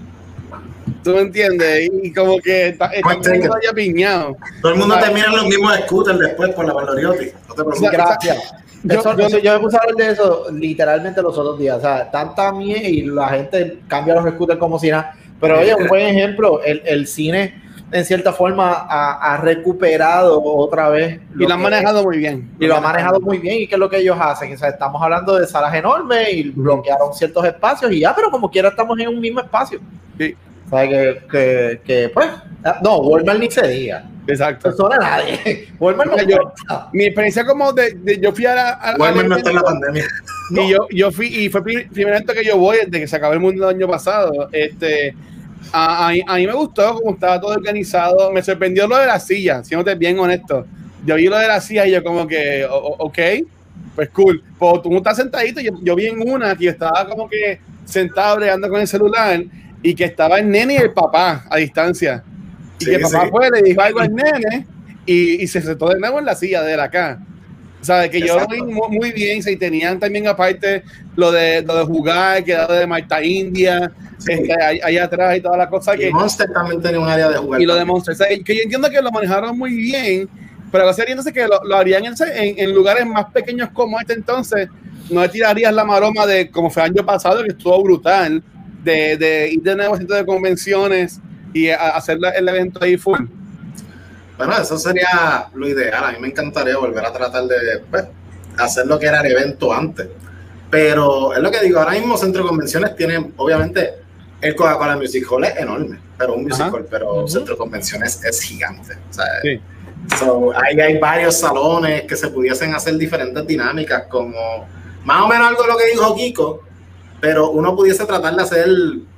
S3: ¿Tú me entiendes? Y como que está, está todo el mundo ya piñado.
S4: Todo el mundo termina en los mismos scooters después por la Valoriotti. No te preocupes.
S2: Gracias.
S3: Yo,
S2: eso,
S3: yo,
S2: eso, yo me puse a hablar de eso literalmente los otros días. O sea, tanta mierda y la gente cambia los scooters como si nada. Pero oye, un buen ejemplo, el, el cine en cierta forma ha, ha recuperado otra vez.
S3: Y lo han manejado muy bien.
S2: Y lo han manejado muy bien. ¿Y qué es lo que ellos hacen? O sea, estamos hablando de salas enormes y bloquearon ciertos espacios y ya, pero como quiera estamos en un mismo espacio.
S3: Sí.
S2: O sea, que, que, que pues, no, Walmart ni se diga.
S3: Exacto.
S2: Eso no es nadie. Walmart no
S3: yo, mi experiencia como de, de yo fui a la... A,
S4: Walmart no está en la pandemia.
S3: Y no. yo, yo fui, y fue el primer evento que yo voy desde que se acabó el mundo el año pasado. Este... A, a, a mí me gustó como estaba todo organizado. Me sorprendió lo de la silla, siéndote bien honesto. Yo vi lo de la silla y yo como que, o, o, ok, pues cool. Pues tú estás sentadito, yo, yo vi en una que estaba como que sentado bregando con el celular y que estaba el nene y el papá a distancia. Y sí, que el papá sí. fue, le dijo algo al nene y, y se sentó de nuevo en la silla de él acá. O sea, que Exacto. yo lo vi muy, muy bien. Y tenían también aparte lo de, lo de jugar, que era de Marta India. Sí. Este, allá atrás y toda la cosa.
S4: Y
S3: que
S4: Monster también tenía un área de jugar.
S3: Y lo de Monster. O sea, que yo entiendo que lo manejaron muy bien, pero lo sería entonces que lo, lo harían en, en, en lugares más pequeños como este. Entonces, no le tirarías la maroma de como fue el año pasado, que estuvo brutal, de, de ir de nuevo a centros de convenciones y a, a hacer la, el evento ahí full.
S4: Bueno, eso sería lo ideal. A mí me encantaría volver a tratar de pues, hacer lo que era el evento antes. Pero es lo que digo, ahora mismo Centro de Convenciones tiene, obviamente, el Coca-Cola Music Hall es enorme, pero un music hall, pero uh-huh. Centro de Convenciones es gigante. O sea, sí. so, ahí hay varios salones que se pudiesen hacer diferentes dinámicas, como más o menos algo de lo que dijo Kiko, pero uno pudiese tratar de hacer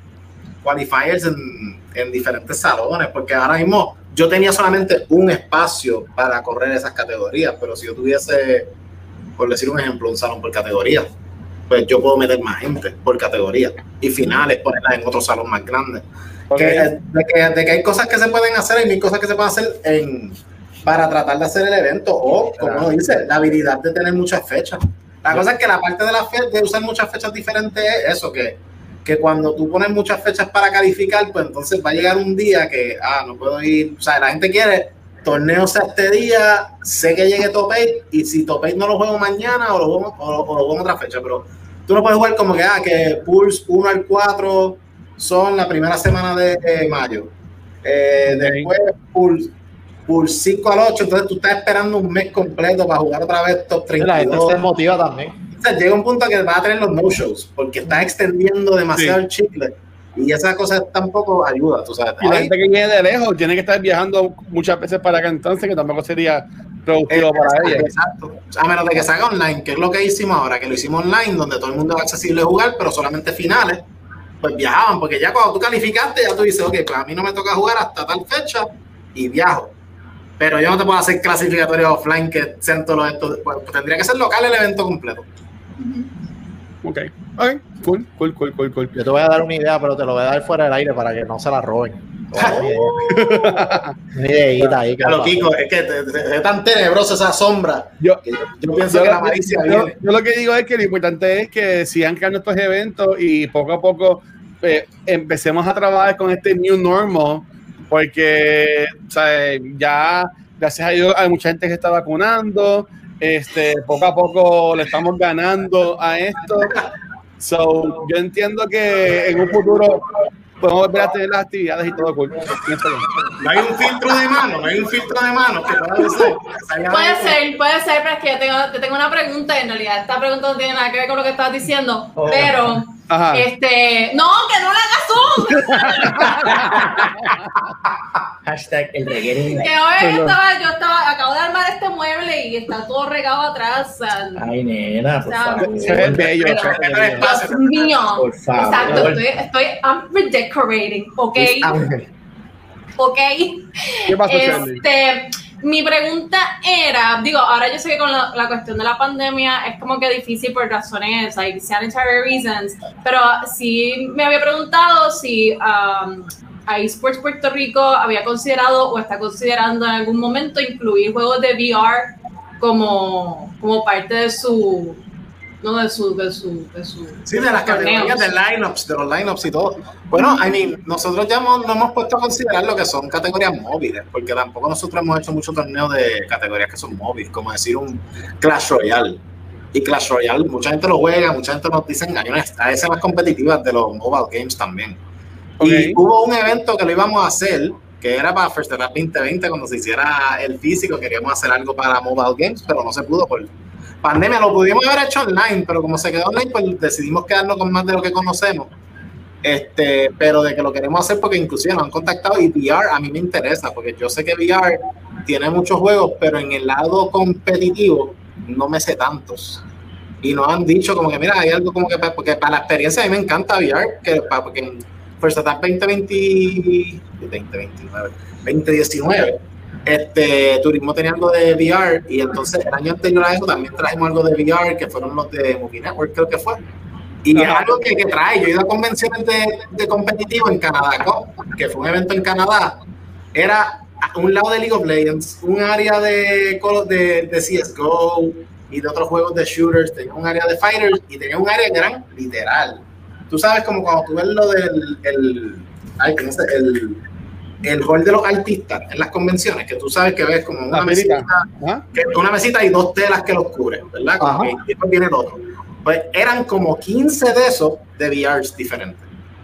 S4: qualifiers en, en diferentes salones, porque ahora mismo yo tenía solamente un espacio para correr esas categorías, pero si yo tuviese, por decir un ejemplo, un salón por categoría, pues yo puedo meter más gente por categoría y finales ponerlas en otro salón más grande. Okay. Que, de, que, de que hay cosas que se pueden hacer, hay mil cosas que se pueden hacer en, para tratar de hacer el evento, o como uno dice, la habilidad de tener muchas fechas. La sí. cosa es que la parte de la fe, de usar muchas fechas diferentes es eso, que, que cuando tú pones muchas fechas para calificar, pues entonces va a llegar un día que, ah, no puedo ir, o sea, la gente quiere torneo sea este día, sé que llegue Top ocho y si Top ocho no lo juego mañana o lo juego, o lo, o lo juego en otra fecha, pero tú no puedes jugar como que, ah, que Pulse uno al cuatro son la primera semana de eh, mayo, eh, okay. después Pulse, Pulse cinco al ocho, entonces tú estás esperando un mes completo para jugar otra vez Top treinta y dos.
S2: La gente se motiva también.
S4: O sea, llega un punto que vas a tener los no-shows porque estás extendiendo demasiado sí. el chicle. Y esa cosa tampoco ayuda, tú sabes.
S3: Y la gente que viene de lejos tiene que estar viajando muchas veces para acá, entonces que tampoco sería productivo eh, para ella.
S4: Exacto. A menos de que salga online, que es lo que hicimos ahora, que lo hicimos online, donde todo el mundo es accesible a jugar, pero solamente finales, pues viajaban, porque ya cuando tú calificaste, ya tú dices, ok, pues a mí no me toca jugar hasta tal fecha y viajo. Pero yo no te puedo hacer clasificatorios offline que sean todos estos, pues, tendría que ser local el evento completo.
S3: Ok, ok, cool, cool, cool, cool, cool.
S2: Yo te voy a dar una idea, pero te lo voy a dar fuera del aire para que no se la roben. Una ideita ahí.
S4: Claro, Kiko, es que es tan tenebrosa esa sombra.
S3: Yo,
S4: yo, yo pienso
S3: yo,
S4: que la malicia
S3: yo,
S4: viene.
S3: Yo lo que digo es que lo importante es que sigan creando estos eventos y poco a poco eh, empecemos a trabajar con este new normal, porque o sea, ya, gracias a Dios, hay mucha gente que está vacunando. Este, poco a poco le estamos ganando a esto. So, yo entiendo que en un futuro podemos volver a tener las actividades y todo cool.
S4: No hay un filtro de mano, no hay un filtro de mano que pueda decir.
S1: Puede ser, puede ser, pero es que yo tengo, te tengo una pregunta y en realidad esta pregunta no tiene nada que ver con lo que estabas diciendo, oh. pero Ajá. este, no, que no le hagas zoom.
S2: Hashtag el reguero.
S1: Que hoy estaba, yo estaba, acabo de armar este mueble y está todo regado atrás.
S2: Ay, nena, por favor.
S3: Es bello.
S1: Dios mío. Por favor. Exacto, estoy, estoy I'm redecorating, ¿ok? ¿Ok?
S3: ¿Qué pasó,
S1: este, mi pregunta era, digo, ahora yo sé que con la, la cuestión de la pandemia es como que difícil por razones, like sanitary reasons, pero sí me había preguntado si um, a eSports Puerto Rico había considerado o está considerando en algún momento incluir juegos de V R como, como parte de su, no de su, de su, de su
S4: sí, de las categorías de lineups, de los lineups y todo. Bueno, I mean, nosotros ya hemos, no hemos puesto a considerar lo que son categorías móviles, porque tampoco nosotros hemos hecho muchos torneos de categorías que son móviles, como decir un Clash Royale. Y Clash Royale, mucha gente lo juega, mucha gente nos dice, hay unas a esas más competitivas de los mobile games también. Okay. Y hubo un evento que lo íbamos a hacer, que era para First Attack veinte veinte, cuando se hiciera el físico, queríamos hacer algo para mobile games, pero no se pudo por pandemia. Lo pudimos haber hecho online, pero como se quedó online, pues decidimos quedarnos con más de lo que conocemos. Este, pero de que lo queremos hacer porque inclusive nos han contactado y V R a mí me interesa, porque yo sé que V R tiene muchos juegos, pero en el lado competitivo no me sé tantos. Y nos han dicho como que, mira, hay algo como que, porque para la experiencia a mí me encanta V R, que para, porque en First Attack veinte veinte, veinte veintinueve, veinte diecinueve, este, Turismo tenía algo de V R, y entonces el año anterior a eso también trajimos algo de V R, que fueron los de Movie Network, creo que fue. Y es algo que, que trae. Yo he ido a convenciones de, de competitivo en Canadá, que fue un evento en Canadá. Era un lado de League of Legends, un área de, de, de C S G O y de otros juegos de shooters, tenía un área de fighters y tenía un área que eran literal. Tú sabes, como cuando tú ves lo del el, ay, no sé, el, el hall de los artistas en las convenciones, que tú sabes que ves como una La mesita, que, una mesita y dos telas que los cubren, ¿verdad? Como que, y después viene el otro. Pues eran como quince de esos de V Rs diferentes.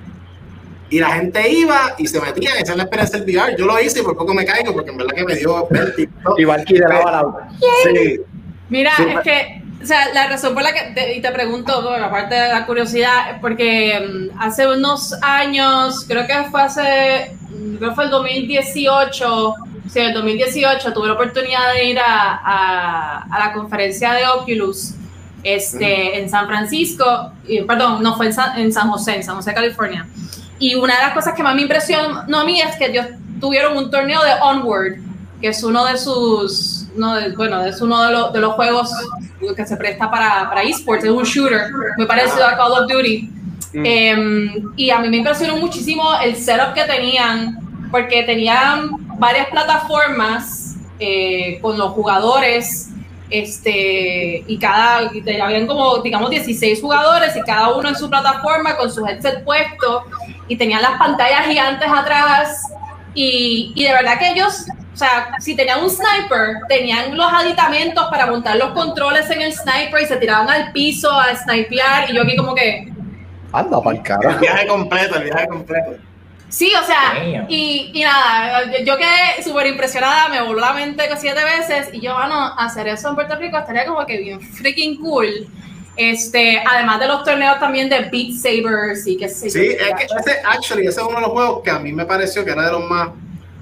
S4: Y la gente iba y se metía en esa la experiencia del V R. Yo lo hice y por poco me caigo, porque en verdad que me dio vértigo.
S2: Igual que de la bala.
S1: Sí. Mira, sí, es que, o sea, la razón por la que, te, y te pregunto, bueno, aparte de la curiosidad, porque um, hace unos años, creo que fue hace, creo que fue el dos mil dieciocho, sí, el dos mil dieciocho, tuve la oportunidad de ir a, a, a la conferencia de Oculus, este, mm. en San Francisco, y, perdón, no fue en San, en San José, en San José, California. Y una de las cosas que más me impresionó no, a mí es que ellos tuvieron un torneo de Onward, que es uno de sus, no de, bueno, es uno de, lo, de los juegos que se presta para, para esports, es un shooter, muy parecido a Call of Duty. Mm. Eh, y a mí me impresionó muchísimo el setup que tenían, porque tenían varias plataformas eh, con los jugadores, este, y cada, y habían como, digamos, dieciséis jugadores y cada uno en su plataforma con su headset puesto, y tenían las pantallas gigantes atrás, y, y de verdad que ellos, o sea, si tenían un sniper, tenían los aditamentos para montar los controles en el sniper y se tiraban al piso a snipear, y yo aquí como que...
S2: Anda pa'l carajo.
S4: El viaje completo, el viaje completo.
S1: Sí, o sea, y, y nada, yo quedé súper impresionada, me voló la mente siete veces, y yo, bueno, hacer eso en Puerto Rico estaría como que bien freaking cool. Este, además de los torneos también de Beat Sabers y qué sé yo.
S4: Sí, es que ese, actually, ese es uno de los juegos que a mí me pareció que era de los más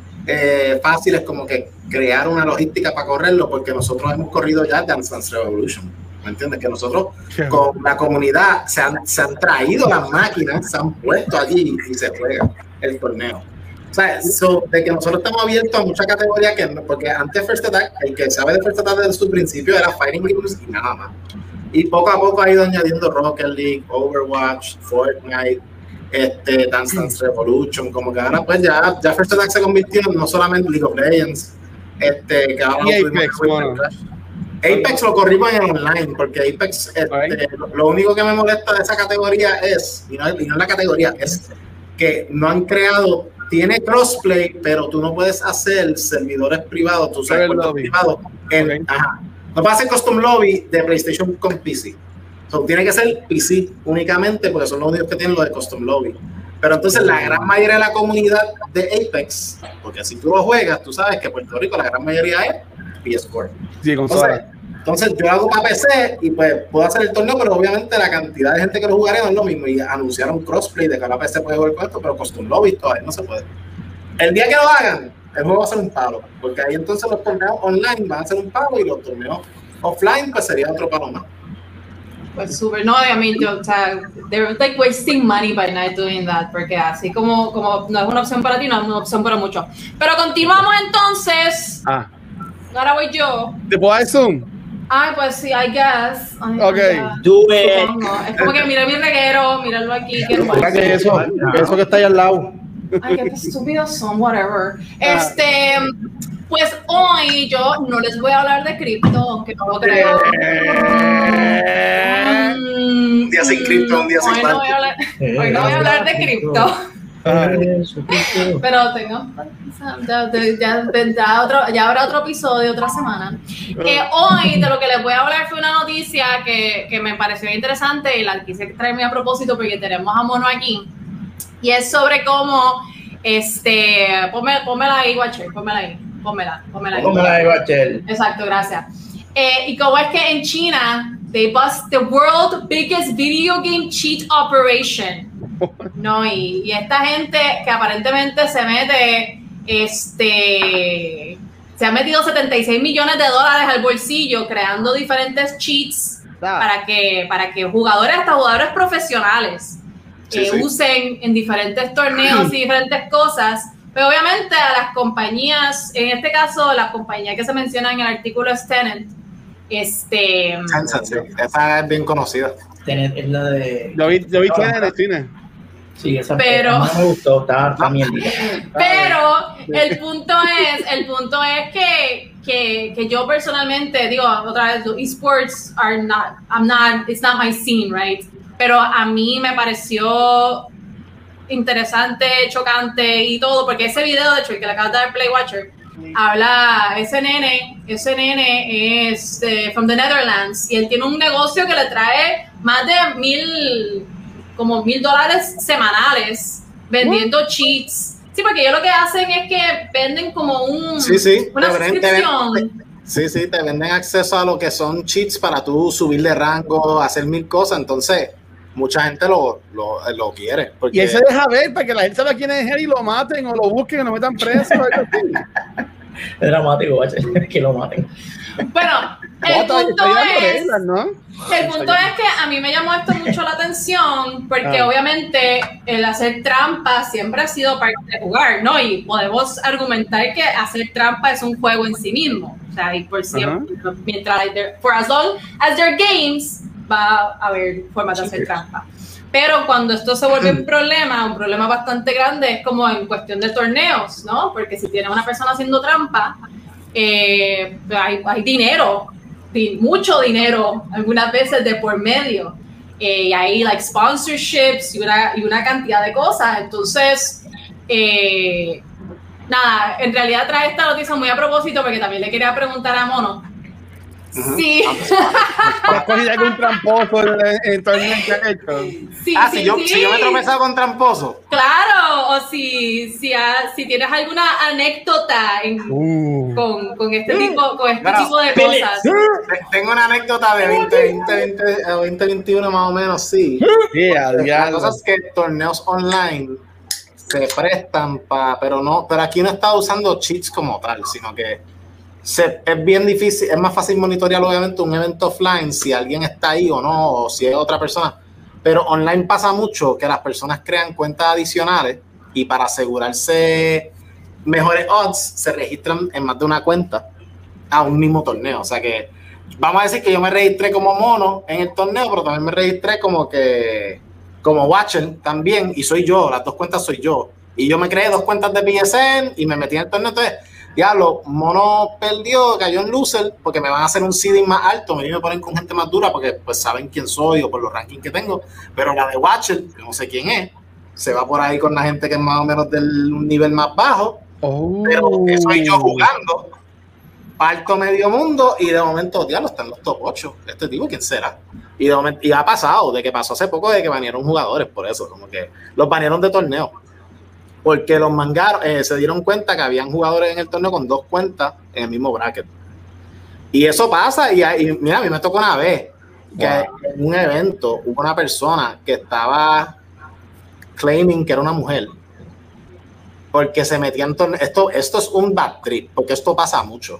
S4: eh, fáciles, como que crear una logística para correrlo, porque nosotros hemos corrido ya Dance Dance Revolution, ¿me entiendes? Que nosotros con la comunidad se han, se han traído las máquinas, se han puesto allí y se juega el torneo. O sea, so, de que nosotros estamos abiertos a muchas categorías, que, porque antes First Attack, el que sabe de First Attack desde su principio era Fighting Games y nada más. Y poco a poco ha ido añadiendo Rocket League, Overwatch, Fortnite, este, Dance Dance Revolution, como que ahora pues ya, ya First Attack se convirtió en no solamente League of Legends, este, que ahora
S3: y Apex, bueno.
S4: Apex lo corrimos en el online, porque Apex, este, lo, lo único que me molesta de esa categoría es, y no, y no es la categoría, es que no han creado, tiene crossplay, pero tú no puedes hacer servidores privados, tú sabes, privados, en, okay. Ajá. No puedes hacer custom lobby de PlayStation con P C. So, tiene que ser P C únicamente, porque son los únicos que tienen lo de custom lobby. Pero entonces la gran mayoría de la comunidad de Apex, porque si tú lo juegas, tú sabes que Puerto Rico la gran mayoría es P S cuatro.
S3: Sí,
S4: entonces, entonces yo hago para P C y pues puedo hacer el torneo, pero obviamente la cantidad de gente que lo jugaría no es lo mismo. Y anunciaron crossplay de que la P C puede jugar con esto, pero custom lobby todavía no se puede. El día que lo hagan, el juego va a ser un palo, porque ahí entonces los torneos online van a ser un palo y los torneos offline pues sería otro palo más.
S1: Pues súper, no, I mean, yo, o sea, they're like wasting money by not doing that, porque así como, como no es una opción para ti, no es una opción para muchos. Pero continuamos entonces. Ah. Ahora voy yo.
S3: ¿Te puedo dar zoom?
S1: Ay, pues sí, I guess. Ay,
S3: ok.
S2: Do it.
S1: Es como que mira mi reguero, míralo aquí.
S2: Mira que eso, que eso que está ahí al lado.
S1: Ay, qué estúpidos son, whatever. Este, pues hoy yo no les voy a hablar de cripto, aunque no lo creo.
S4: Um, un día sin cripto, un día sin
S1: hoy no voy a hablar, hoy no voy a hablar de cripto. Pero tengo ya, ya, ya, otro, ya habrá otro episodio otra semana. Eh, hoy de lo que les voy a hablar fue una noticia que, que me pareció interesante y la quise traerme a propósito porque tenemos a Mono aquí. Y es sobre cómo, este, ponme, pónmela ahí, Watcher, pónmela ahí, pónmela, pónmela ahí.
S5: Pónmela ahí, Watcher.
S1: Exacto, gracias. Eh, y cómo es que en China, they bust the world's biggest video game cheat operation. No, y, y esta gente que aparentemente se mete, este, se ha metido setenta y seis millones de dólares al bolsillo creando diferentes cheats ah. para que, para que jugadores, hasta jugadores profesionales, sí, eh, sí. usen en diferentes torneos y diferentes cosas. Pero obviamente a las compañías, en este caso la compañía que se menciona en el artículo es Tenet. Este,
S4: Tencent, sí. Esa es bien conocida.
S5: Tenet es la de...
S3: Yo vi, yo vi Tenet en el cine.
S5: Sí, esa
S1: pero,
S5: no me gustó, está también.
S1: Pero el punto es, el punto es que, que, que yo personalmente, digo, otra vez, esports are not, I'm not, it's not my scene, right? Pero a mí me pareció interesante, chocante y todo, porque ese video, de hecho, el que le acabas de dar Play Watcher, habla, ese nene, ese nene es eh, from the Netherlands y él tiene un negocio que le trae más de mil, como mil dólares semanales vendiendo ¿What? cheats. Sí, porque ellos lo que hacen es que venden como un,
S4: sí, sí,
S1: una
S4: te
S1: suscripción.
S4: Venden, sí, sí, te venden acceso a lo que son cheats para tú subir de rango, hacer mil cosas, entonces mucha gente lo, lo, lo quiere. Porque...
S3: Y él se deja ver para que la gente sepa quién es él y lo maten o lo busquen y lo metan preso.
S5: Es dramático, que lo maten.
S1: Bueno, el
S3: no,
S1: punto es,
S3: reglas, ¿no?
S1: el punto es que a mí me llamó esto mucho la atención porque ah. obviamente el hacer trampa siempre ha sido parte de jugar, ¿no? Y podemos argumentar que hacer trampa es un juego en sí mismo. O sea, y por siempre, uh-huh. mientras, for as long as there are games, va a haber formas de hacer trampa. Pero cuando esto se vuelve un problema, un problema bastante grande, es como en cuestión de torneos, ¿no? Porque si tienes una persona haciendo trampa, eh, hay, hay dinero, mucho dinero, algunas veces de por medio. Eh, y hay like sponsorships y una, y una cantidad de cosas. Entonces, eh, nada, en realidad trae esta noticia muy a propósito porque también le quería preguntar a Mono. Uh-huh. Sí.
S3: ¿Has cogido algún tramposo en, en torneo que has hecho?
S1: Sí,
S4: ah,
S1: sí,
S4: si, yo,
S1: sí.
S4: si yo me he tropezado con tramposo.
S1: Claro, o si, si, ha, si tienes alguna anécdota en, uh. con, con este, tipo, con este bueno, tipo de cosas.
S4: Tengo una anécdota de veinte veinte, veinte veintiuno más o menos, sí.
S3: Yeah,
S4: La cosa es que torneos online se prestan para, pero no, pero aquí no está usando cheats como tal, sino que Se, es bien difícil, es más fácil monitorear obviamente un evento offline si alguien está ahí o no, o si es otra persona, pero online pasa mucho que las personas crean cuentas adicionales y para asegurarse mejores odds se registran en más de una cuenta a un mismo torneo. O sea que vamos a decir que yo me registré como Mono en el torneo, pero también me registré como que como Watcher también, y soy yo, las dos cuentas soy yo, y yo me creé dos cuentas de P S N y me metí en el torneo. Entonces diablo, Mono perdió, cayó en loser porque me van a hacer un seeding más alto, me vienen a poner con gente más dura porque pues saben quién soy o por los rankings que tengo, pero la de Watcher, que no sé quién es, se va por ahí con la gente que es más o menos del nivel más bajo, oh. pero que soy yo jugando, parto medio mundo y de momento, diablo, están los top ocho, este tipo, ¿quién será? Y de momento, y ha pasado, de que pasó hace poco de que banearon jugadores por eso, como que los banearon de torneo. Porque los mangaron, eh, se dieron cuenta que habían jugadores en el torneo con dos cuentas en el mismo bracket. Y eso pasa, y, y mira, a mí me tocó una vez que wow. en un evento hubo una persona que estaba claiming que era una mujer. Porque se metía en torneo. Esto, esto es un bad trip, porque esto pasa mucho.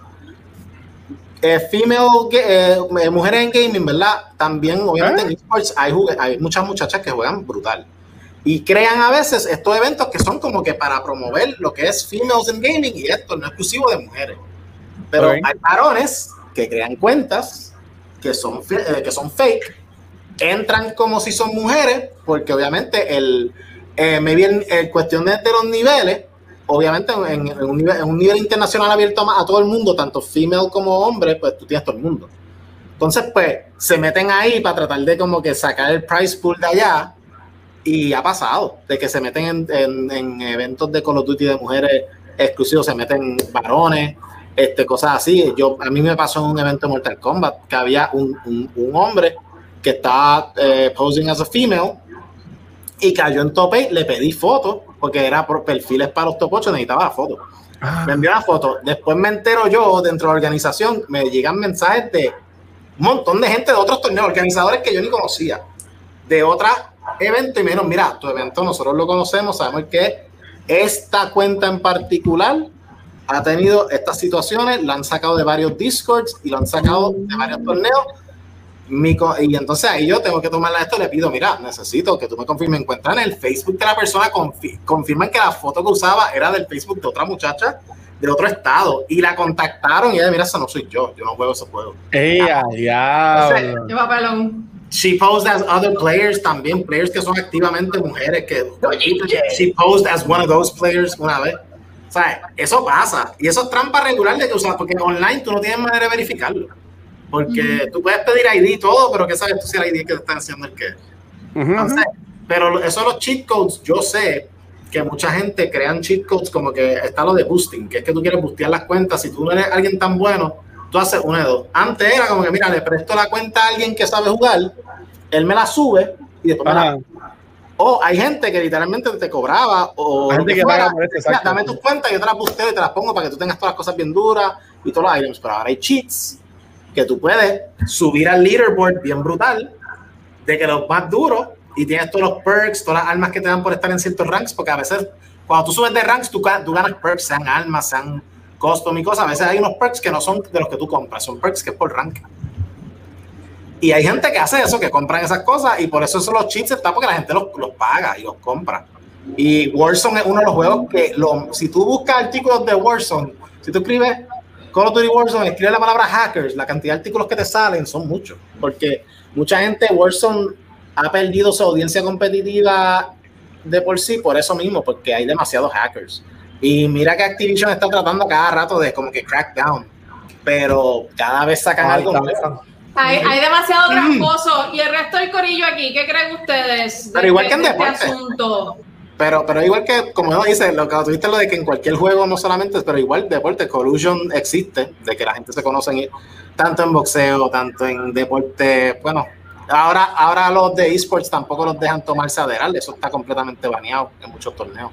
S4: Eh, female, eh, mujeres en gaming, ¿verdad? También, obviamente, ¿Eh? en esports hay, hay muchas muchachas que juegan brutal. Y crean a veces estos eventos que son como que para promover lo que es females in gaming y esto no es exclusivo de mujeres. Pero okay. hay varones que crean cuentas que son, eh, que son fake, entran como si son mujeres porque obviamente el, eh, maybe en, en cuestión de, de los niveles, obviamente en, en, un nivel, en un nivel internacional abierto a, a todo el mundo, tanto female como hombre, pues tú tienes todo el mundo. Entonces, pues, se meten ahí para tratar de como que sacar el prize pool de allá, y ha pasado, de que se meten en, en, en eventos de Call of Duty de mujeres exclusivos, se meten varones, este, cosas así. Yo, a mí me pasó en un evento de Mortal Kombat que había un, un, un hombre que estaba eh, posing as a female y cayó en top eight, le pedí fotos, porque era por perfiles para los top ocho, necesitaba la foto. Ah. Me envió la foto, después me entero yo, dentro de la organización, me llegan mensajes de un montón de gente de otros torneos, organizadores que yo ni conocía, de otras eventos, y me dijeron, mira, tu evento nosotros lo conocemos, sabemos que esta cuenta en particular ha tenido estas situaciones, la han sacado de varios Discords y lo han sacado de varios torneos. Mi, y entonces ahí yo tengo que tomarla esto y le pido, mira, necesito que tú me confirmes, encuentran en el Facebook de la persona, confi confirman que la foto que usaba era del Facebook de otra muchacha de otro estado, y la contactaron y ella, mira, esa no soy yo, yo no juego ese juego.
S3: ¡Ella, diablo!
S1: ¡Qué papelón!
S4: She posed as other players también, players que son activamente mujeres, que she posed as one of those players una vez. O sea, eso pasa, y eso es trampa regular de que usas, porque online tú no tienes manera de verificarlo, porque uh-huh. tú puedes pedir I D y todo, pero ¿qué sabes tú si el I D que te están haciendo el qué? Uh-huh. Entonces, pero eso de los cheat codes, yo sé que mucha gente crean cheat codes como que está lo de boosting, que es que tú quieres boostear las cuentas. Si tú no eres alguien tan bueno, tú haces una de dos. Antes era como que, mira, le presto la cuenta a alguien que sabe jugar, él me la sube y después me la... O hay gente que literalmente te cobraba, o
S3: hay gente que, que paga por esto,
S4: mira, dame tus cuentas y yo te las busteo y te las pongo para que tú tengas todas las cosas bien duras y todos los items. Pero ahora hay cheats que tú puedes subir al leaderboard bien brutal, de que los más duros, y tienes todos los perks, todas las armas que te dan por estar en ciertos ranks, porque a veces cuando tú subes de ranks, tú, tú ganas perks, sean armas, sean custom y cosas. A veces hay unos perks que no son de los que tú compras, son perks que es por rank. Y hay gente que hace eso, que compran esas cosas, y por eso son los cheats, está porque la gente los, los paga y los compra. Y Warzone es uno de los juegos que, lo, si tú buscas artículos de Warzone, si tú escribes Call of Duty Warzone, escribes la palabra hackers, la cantidad de artículos que te salen son muchos, porque mucha gente Warzone ha perdido su audiencia competitiva de por sí, por eso mismo, porque hay demasiados hackers. Y mira que Activision está tratando cada rato de como que crack down, pero cada vez sacan
S2: Ay,
S4: algo nuevo.
S1: Hay, hay demasiado tramposo. Y el resto del corillo aquí, ¿qué creen ustedes de,
S4: pero igual
S1: de,
S4: que en
S1: de
S4: deporte.
S1: este asunto?
S4: Pero, pero igual que, como yo dice, lo que tuviste lo de que en cualquier juego, no solamente, pero igual deporte, collusion existe, de que la gente se conoce en, tanto en boxeo, tanto en deporte, bueno, ahora, ahora los de esports tampoco los dejan tomarse aderal, eso está completamente baneado en muchos torneos.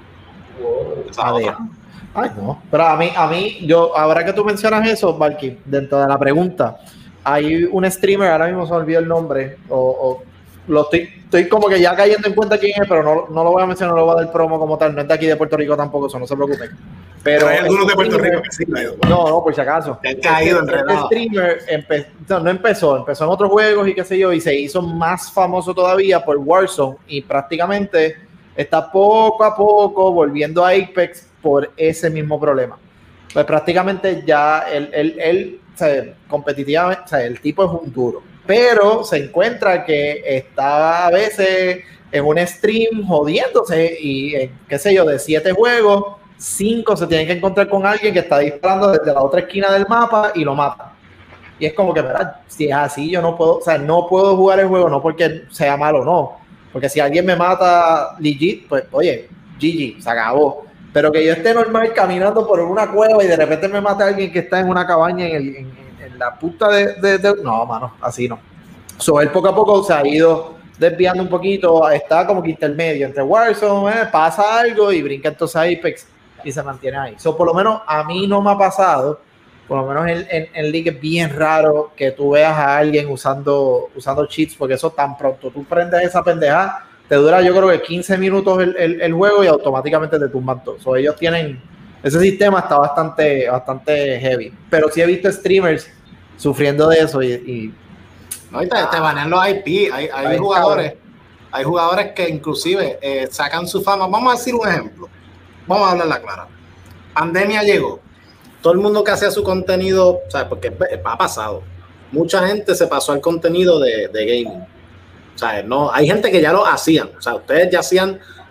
S2: Wow. Ay, no. Pero a mí, a mí, yo, ahora que tú mencionas eso, Valky, dentro de la pregunta, hay un streamer, ahora mismo se me olvidó el nombre, o, o lo estoy, estoy como que ya cayendo en cuenta quién es, pero no, no lo voy a mencionar, no lo voy a dar promo como tal, no es de aquí de Puerto Rico tampoco, eso no se preocupen. Pero,
S4: pero hay algunos de Puerto Rico que sí,
S2: no, no, por si acaso.
S4: Te han caído
S2: este, este streamer empe, no, no empezó, empezó en otros juegos y qué sé yo, y se hizo más famoso todavía por Warzone, y prácticamente está poco a poco volviendo a Apex por ese mismo problema. Pues prácticamente ya él, él, él o sea, competitivamente, o sea, el tipo es un duro, pero se encuentra que está a veces en un stream jodiéndose y, eh, qué sé yo, de siete juegos, cinco se tienen que encontrar con alguien que está disparando desde la otra esquina del mapa y lo mata. Y es como que, ¿verdad? Si es así, yo no puedo, o sea, no puedo jugar el juego, no porque sea malo o no, porque si alguien me mata legit, pues, oye, G G, se acabó. Pero que yo esté normal caminando por una cueva y de repente me mate a alguien que está en una cabaña en, el, en, en la puta de, de, de... No, mano, así no. So, él poco a poco se ha ido desviando un poquito, está como que intermedio entre Warzone, eh, pasa algo y brinca entonces a Apex y se mantiene ahí. So, por lo menos a mí no me ha pasado, por lo menos en, en, en League es bien raro que tú veas a alguien usando, usando cheats, porque eso tan pronto tú prendes esa pendejada, te dura yo creo que quince minutos el, el, el juego y automáticamente te tumban todo. So, ellos tienen, ese sistema está bastante, bastante heavy, pero sí he visto streamers sufriendo de eso y, y
S4: no, y te, te banean los I P, hay, hay, hay jugadores cabrón. Hay jugadores que inclusive eh, sacan su fama. Vamos a decir un ejemplo, vamos a hablarla clara. Pandemia llegó, todo el mundo que hacía su contenido, ¿sabes? Porque ha pasado, mucha gente se pasó al contenido de, de gaming. O sea, no, hay gente que ya lo hacían, o sea, ustedes ya hacían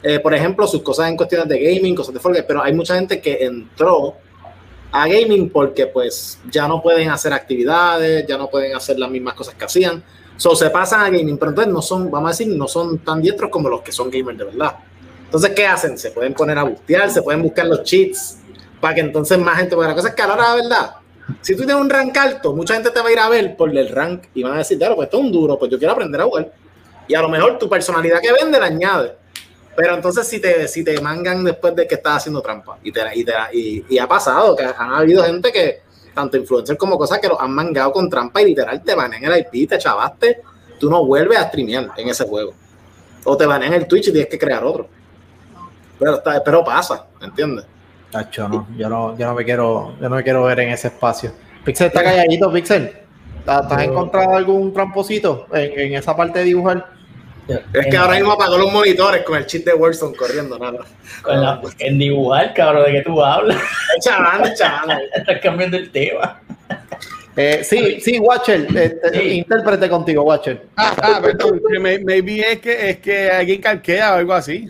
S4: eh, por ejemplo, sus cosas en cuestiones de gaming, cosas de Fortnite, pero hay mucha gente que entró a gaming porque pues ya no pueden hacer actividades, ya no pueden hacer las mismas cosas que hacían, so se pasan a gaming, pero entonces no son, vamos a decir, no son tan diestros como los que son gamers de verdad. Entonces, ¿qué hacen? Se pueden poner a bustear, se pueden buscar los cheats para que entonces más gente pueda. La cosa es que a la hora de la verdad, si tú tienes un rank alto, mucha gente te va a ir a ver por el rank y van a decir, claro, pues esto es un duro, pues yo quiero aprender a jugar. Y a lo mejor tu personalidad que vende la añade. Pero entonces si te, si te mangan después de que estás haciendo trampa. Y, te, y, te, y, y ha pasado que han habido gente que, tanto influencers como cosas, que los han mangado con trampa y literal te banean el I P, te chavaste, tú no vuelves a streamear en ese juego. O te banean el Twitch y tienes que crear otro. Pero, pero pasa, ¿entiendes?
S2: Tacho, no, yo no, yo no me quiero, yo no me quiero ver en ese espacio. Pixel está calladito, Pixel. ¿Has encontrado algún tramposito en, en esa parte de dibujar?
S4: Es que ahora mismo apagó los monitores con el chip de Warzone corriendo, nada.
S5: Con la, en dibujar, cabrón, ¿de qué tú hablas?
S4: Chaval, chaval.
S5: Estás cambiando el tema.
S2: Eh, sí, sí, Watcher, eh, sí. Intérprete contigo, Watcher.
S3: Ah, ah perdón, maybe es que, es que alguien calquea o algo así.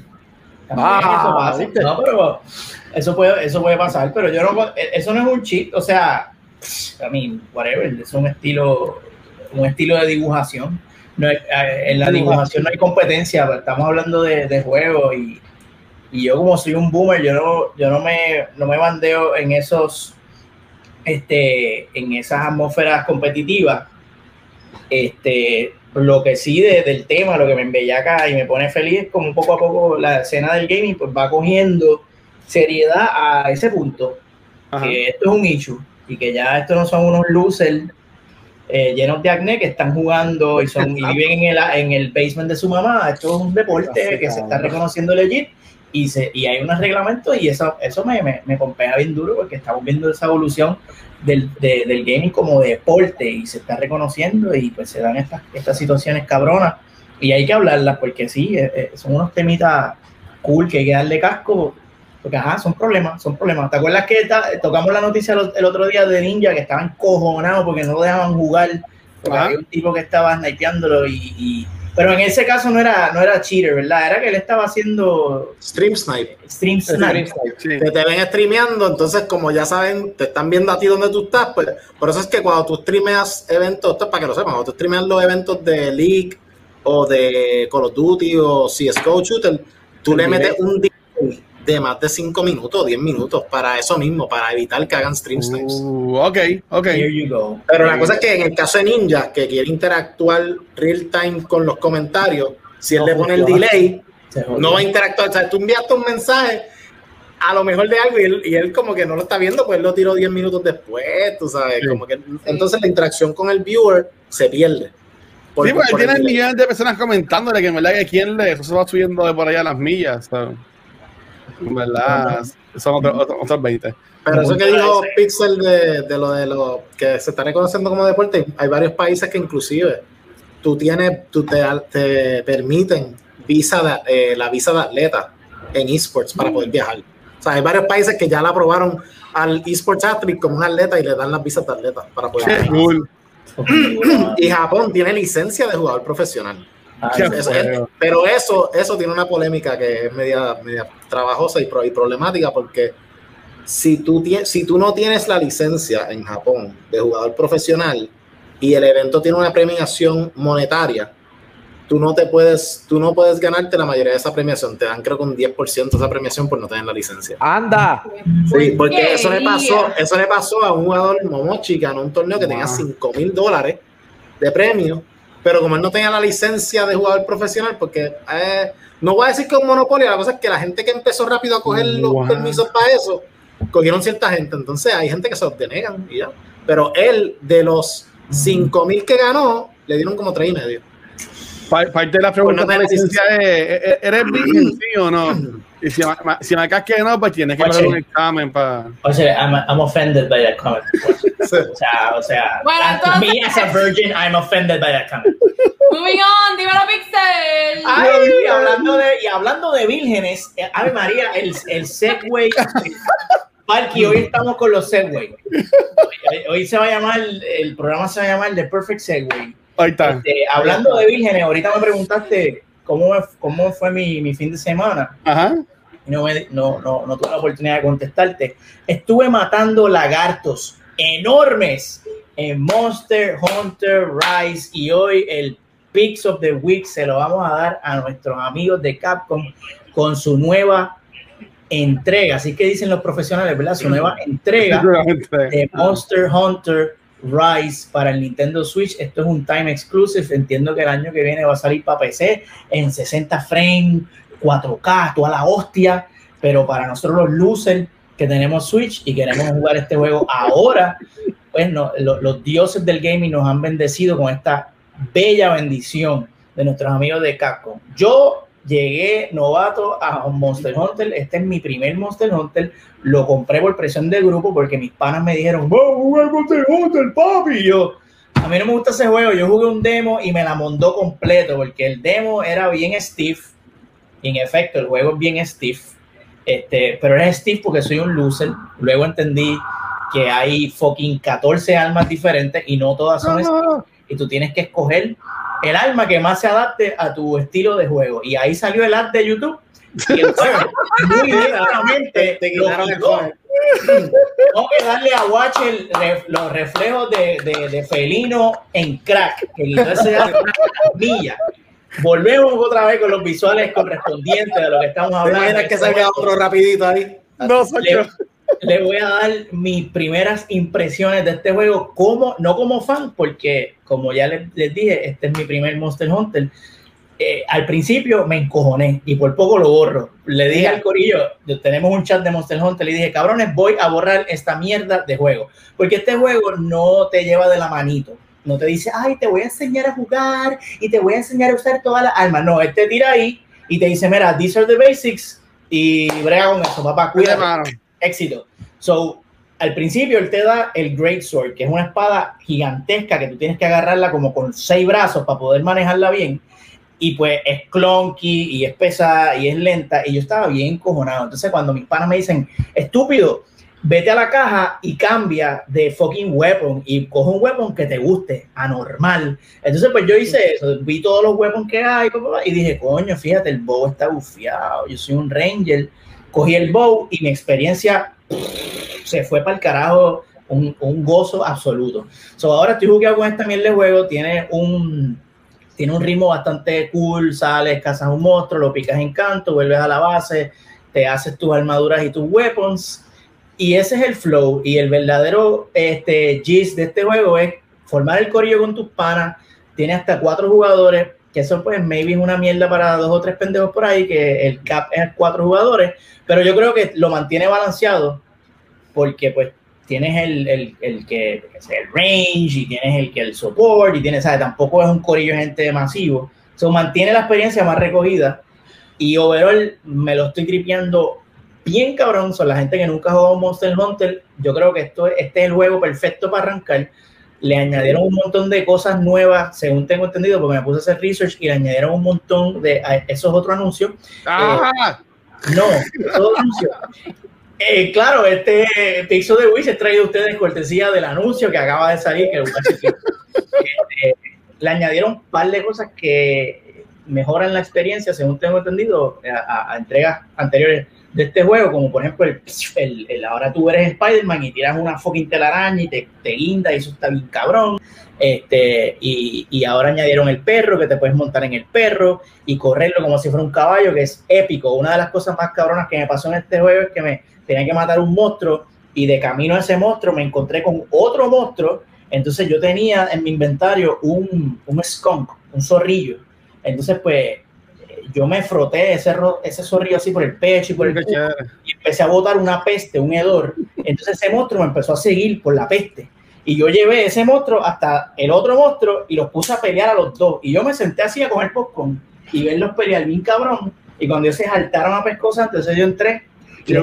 S5: Ah, eso no, pero eso puede, eso puede pasar, pero yo no, eso no es un cheat, o sea, I mean, whatever, es un estilo, un estilo de dibujación. No es, en la dibujación no hay competencia, pero estamos hablando de, de juegos y, y yo como soy un boomer, yo no, yo no me, no me bandeo en esos, este, en esas atmósferas competitivas. Este, lo que sí de, del tema, lo que me embellaca y me pone feliz es como poco a poco la escena del gaming pues va cogiendo seriedad a ese punto. Ajá. Que esto es un issue y que ya estos no son unos losers eh, llenos de acné que están jugando y, son, y viven en el, en el basement de su mamá. Esto es un deporte que se está reconociendo legit y, se, y hay unos reglamentos y eso, eso me, me, me pompea bien duro porque estamos viendo esa evolución del, de, del gaming como deporte y se está reconociendo y pues se dan estas, estas situaciones cabronas y hay que hablarlas porque sí, eh, son unos temitas cool que hay que darle casco porque ajá, son problemas, son problemas. ¿Te acuerdas que ta, tocamos la noticia el otro día de Ninja que estaban encojonados porque no lo dejaban jugar porque había un tipo que estaba snipeándolo y, y pero en ese caso no era, no era cheater, ¿verdad? Era que él estaba haciendo
S4: stream snipe.
S5: Stream snipe.
S4: Sí. Que te ven streameando, entonces como ya saben, te están viendo a ti donde tú estás, pues por eso es que cuando tú streameas eventos, esto es para que lo sepan, cuando tú streameas los eventos de League o de Call of Duty o C S G O Shooter, tú sí, le metes un delay de más de cinco minutos, diez minutos para eso mismo, para evitar que hagan stream snipes.
S3: Uh, ok, ok.
S5: Here you go.
S4: Pero la cosa es que en el caso de Ninja, que quiere interactuar real time con los comentarios, si él no, le pone el delay, no va a interactuar. O sea, tú enviaste un mensaje a lo mejor de algo y él, y él como que no lo está viendo, pues él lo tiró diez minutos después, tú sabes. Sí. Como que, entonces la interacción con el viewer se pierde.
S3: Por, sí, porque por tiene millones de personas comentándole que en verdad que quién lee, eso se va subiendo de por allá a las millas. ¿Sabes? En verdad, son otros, otros, otros veinte.
S4: Pero eso que dijo Pixel de, de lo de lo que se está reconociendo como deporte, hay varios países que inclusive tú tienes, tú te, te permiten visa de, eh, la visa de atleta en esports para poder viajar. O sea, hay varios países que ya la aprobaron al esports athlete como un atleta y le dan las visas de atleta para poder viajar. Cool. Y Japón tiene licencia de jugador profesional. Eso, es, pero eso, eso tiene una polémica que es media, media trabajosa y, pro, y problemática porque si tú, si tú no tienes la licencia en Japón de jugador profesional y el evento tiene una premiación monetaria, tú no te puedes, tú no puedes ganarte la mayoría de esa premiación, te dan creo que un diez por ciento de esa premiación por no tener la licencia.
S2: ¡Anda!
S4: Sí, porque eso le pasó, eso le pasó a un jugador Momochi que ganó un torneo que wow. tenía cinco mil dólares de premio. Pero como él no tenía la licencia de jugador profesional, porque eh, no voy a decir que es un monopolio, la cosa es que la gente que empezó rápido a coger los wow. permisos para eso, cogieron cierta gente, entonces hay gente que se los denegan y ya. Pero él, de los cinco mil que ganó, le dieron como tres y medio.
S3: Parte de la pregunta de la licencia es, ¿eres virgen, sí o no? Y si, si me casque no, pues tienes que hacer un examen para...
S5: O sea, I'm, I'm offended by that comment. O sea, o sea,
S1: bueno, entonces,
S5: me as a virgin, I'm offended by that comment.
S1: Moving on, dímelo, Pixel.
S5: Ay, y hablando de, y hablando de vírgenes, Ave María, el, el Segway. Parky, hoy estamos con los Segway. Hoy, hoy se va a llamar, el programa se va a llamar The Perfect Segway.
S3: Ahí está.
S5: Este, hablando de vírgenes, ahorita me preguntaste cómo, cómo fue mi, mi fin de semana.
S3: Ajá.
S5: No, me, no, no, no tuve la oportunidad de contestarte. Estuve matando lagartos enormes en Monster Hunter Rise y hoy el Picks of the Week se lo vamos a dar a nuestros amigos de Capcom con su nueva entrega, así que dicen los profesionales, ¿verdad? Su nueva entrega de Monster Hunter Rise para el Nintendo Switch. Esto es un time exclusive, entiendo que el año que viene va a salir para P C en sesenta frames, cuatro K, toda la hostia, pero para nosotros los losers que tenemos Switch y queremos jugar este juego ahora, pues no, lo, los dioses del gaming nos han bendecido con esta bella bendición de nuestros amigos de Capcom. Yo llegué novato a Monster Hunter, este es mi primer Monster Hunter, lo compré por presión del grupo porque mis panas me dijeron, vamos a jugar Monster Hunter, papi, y yo, a mí no me gusta ese juego, yo jugué un demo y me la mondó completo porque el demo era bien stiff, y en efecto el juego es bien stiff, este, pero era stiff porque soy un loser, luego entendí que hay fucking catorce armas diferentes y no todas son stiff, y tú tienes que escoger el arma que más se adapte a tu estilo de juego. Y ahí salió el ad de YouTube. Y el juego, muy claramente, te quitaron el juego. Tengo que darle a Watch el, ref, los reflejos de, de, de felino en crack. Que entonces milla. Volvemos otra vez con los visuales correspondientes de lo que estamos hablando.
S2: Es que salga otro rapidito ahí.
S3: No, soy yo.
S5: Le voy a dar mis primeras impresiones de este juego, como, no como fan, porque como ya les, les dije, este es mi primer Monster Hunter. Eh, al principio me encojoné y por poco lo borro. Le dije al corillo, tenemos un chat de Monster Hunter, le dije, cabrones, voy a borrar esta mierda de juego, porque este juego no te lleva de la manito. No te dice, ay, te voy a enseñar a jugar y te voy a enseñar a usar todas las armas. No, él te tira ahí y te dice, mira, these are the basics y brega con eso, papá, cuídate. Éxito. So, al principio él te da el Great Sword, que es una espada gigantesca que tú tienes que agarrarla como con seis brazos para poder manejarla bien. Y pues es clunky y es pesada y es lenta. Y yo estaba bien encojonado. Entonces, cuando mis panas me dicen, estúpido, vete a la caja y cambia de fucking weapon y coge un weapon que te guste, anormal. Entonces, pues yo hice eso. Vi todos los weapons que hay y dije, coño, fíjate, el bow está bufiado. Yo soy un ranger. Cogí el bow y mi experiencia pff, se fue para el carajo, un, un gozo absoluto. So, ahora estoy jugando con esta mierda de juego, tiene un, tiene un ritmo bastante cool, sales, cazas un monstruo, lo picas en canto, vuelves a la base, te haces tus armaduras y tus weapons, y ese es el flow, y el verdadero este, gist de este juego es formar el corillo con tus panas, tiene hasta cuatro jugadores, que eso pues maybe es una mierda para dos o tres pendejos por ahí, que el cap es cuatro jugadores, pero yo creo que lo mantiene balanceado porque pues tienes el, el, el que el range y tienes el que el support y tienes, ¿sabes? Tampoco es un corillo de gente masivo, so, mantiene la experiencia más recogida y overall me lo estoy tripeando bien cabrón. Son la gente que nunca ha jugado Monster Hunter, yo creo que esto, este es el juego perfecto para arrancar. Le añadieron un montón de cosas nuevas, según tengo entendido, porque me puse a hacer research y le añadieron un montón de esos otros anuncios.
S3: ¡Ah!
S5: Eh, no, esos anuncios. Eh, claro, este Pixel de Wish es traído a ustedes cortesía del anuncio que acaba de salir. Que este, le añadieron un par de cosas que mejoran la experiencia, según tengo entendido, a, a, a entregas anteriores de este juego, como por ejemplo el, el, el ahora tú eres Spider-Man y tiras una fucking telaraña y te, te guinda y eso está bien cabrón. Este, y, y ahora añadieron el perro, que te puedes montar en el perro y correrlo como si fuera un caballo, que es épico. Una de las cosas más cabronas que me pasó en este juego es que me tenía que matar un monstruo y de camino a ese monstruo me encontré con otro monstruo. Entonces yo tenía en mi inventario un, un skunk, un zorrillo. Entonces pues yo me froté ese, ese zorrillo así por el pecho y por el culo, y empecé a botar una peste, un hedor. Entonces ese monstruo me empezó a seguir por la peste. Y yo llevé ese monstruo hasta el otro monstruo y los puse a pelear a los dos. Y yo me senté así a coger popcorn y verlos pelear bien cabrón. Y cuando ellos se saltaron a pescosa, entonces yo entré. Y,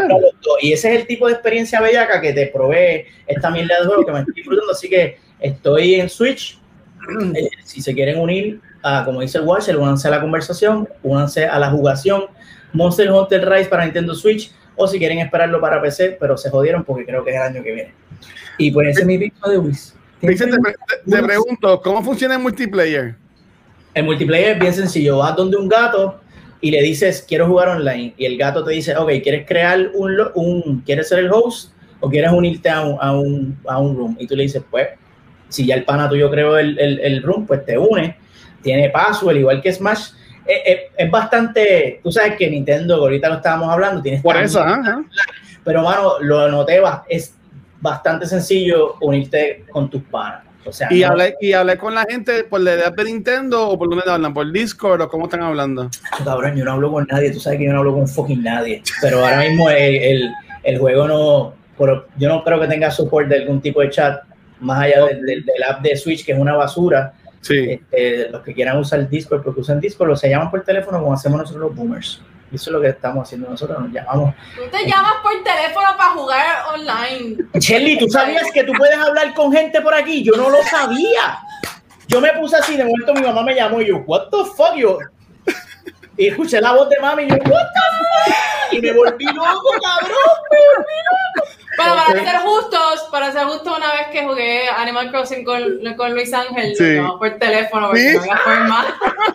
S5: y ese es el tipo de experiencia bellaca que te provee esta mierda de juego que me estoy disfrutando. Así que estoy en Switch. Eh, si se quieren unir, a, como dice el Watcher, únanse a la conversación, únanse a la jugación Monster Hunter Rise para Nintendo Switch, o si quieren esperarlo para P C, pero se jodieron porque creo que es el año que viene. Y pues ese es mi pico de Wiz.
S3: Te, te, te pregunto, ¿cómo funciona el multiplayer?
S5: El multiplayer es bien sencillo. Vas donde un gato y le dices, quiero jugar online. Y el gato te dice, ok, ¿quieres crear un, un ¿quieres ser el host o quieres unirte a un, a un, a un room? Y tú le dices, pues, si ya el pana tuyo creó el, el, el room, pues te une. Tiene password, igual que Smash. Es, es, es bastante, tú sabes que Nintendo, ahorita lo estábamos hablando, tienes
S3: por eso, ajá.
S5: Pero mano, lo noté, es bastante sencillo unirte con tus panas. O sea,
S3: y,
S5: no,
S3: hablé, y hablé con la gente por la edad de Nintendo o por dónde hablan, por Discord o cómo están hablando.
S5: Cabrón, yo no hablo con nadie, tú sabes que yo no hablo con fucking nadie. Pero ahora mismo el, el, el juego no, pero yo no creo que tenga support de algún tipo de chat más allá del, del, del app de Switch, que es una basura.
S3: Sí.
S5: Eh, los que quieran usar Discord, porque usan Discord, los se llaman por teléfono como hacemos nosotros los boomers. Eso es lo que estamos haciendo nosotros, nos llamamos.
S1: Tú te llamas por teléfono para jugar online.
S5: Shelly, ¿tú sabías que tú puedes hablar con gente por aquí? Yo no lo sabía. Yo me puse así, de momento mi mamá me llamó y yo, what the fuck, yo. Y escuché la voz de mami y yo, what the fuck. Y me volví loco, cabrón, me volví loco.
S1: Pero para ser justos, para ser justos, una vez que jugué Animal Crossing con, con Luis Ángel,
S3: sí.
S1: no por teléfono, porque
S3: ¿Sí?
S1: no había forma.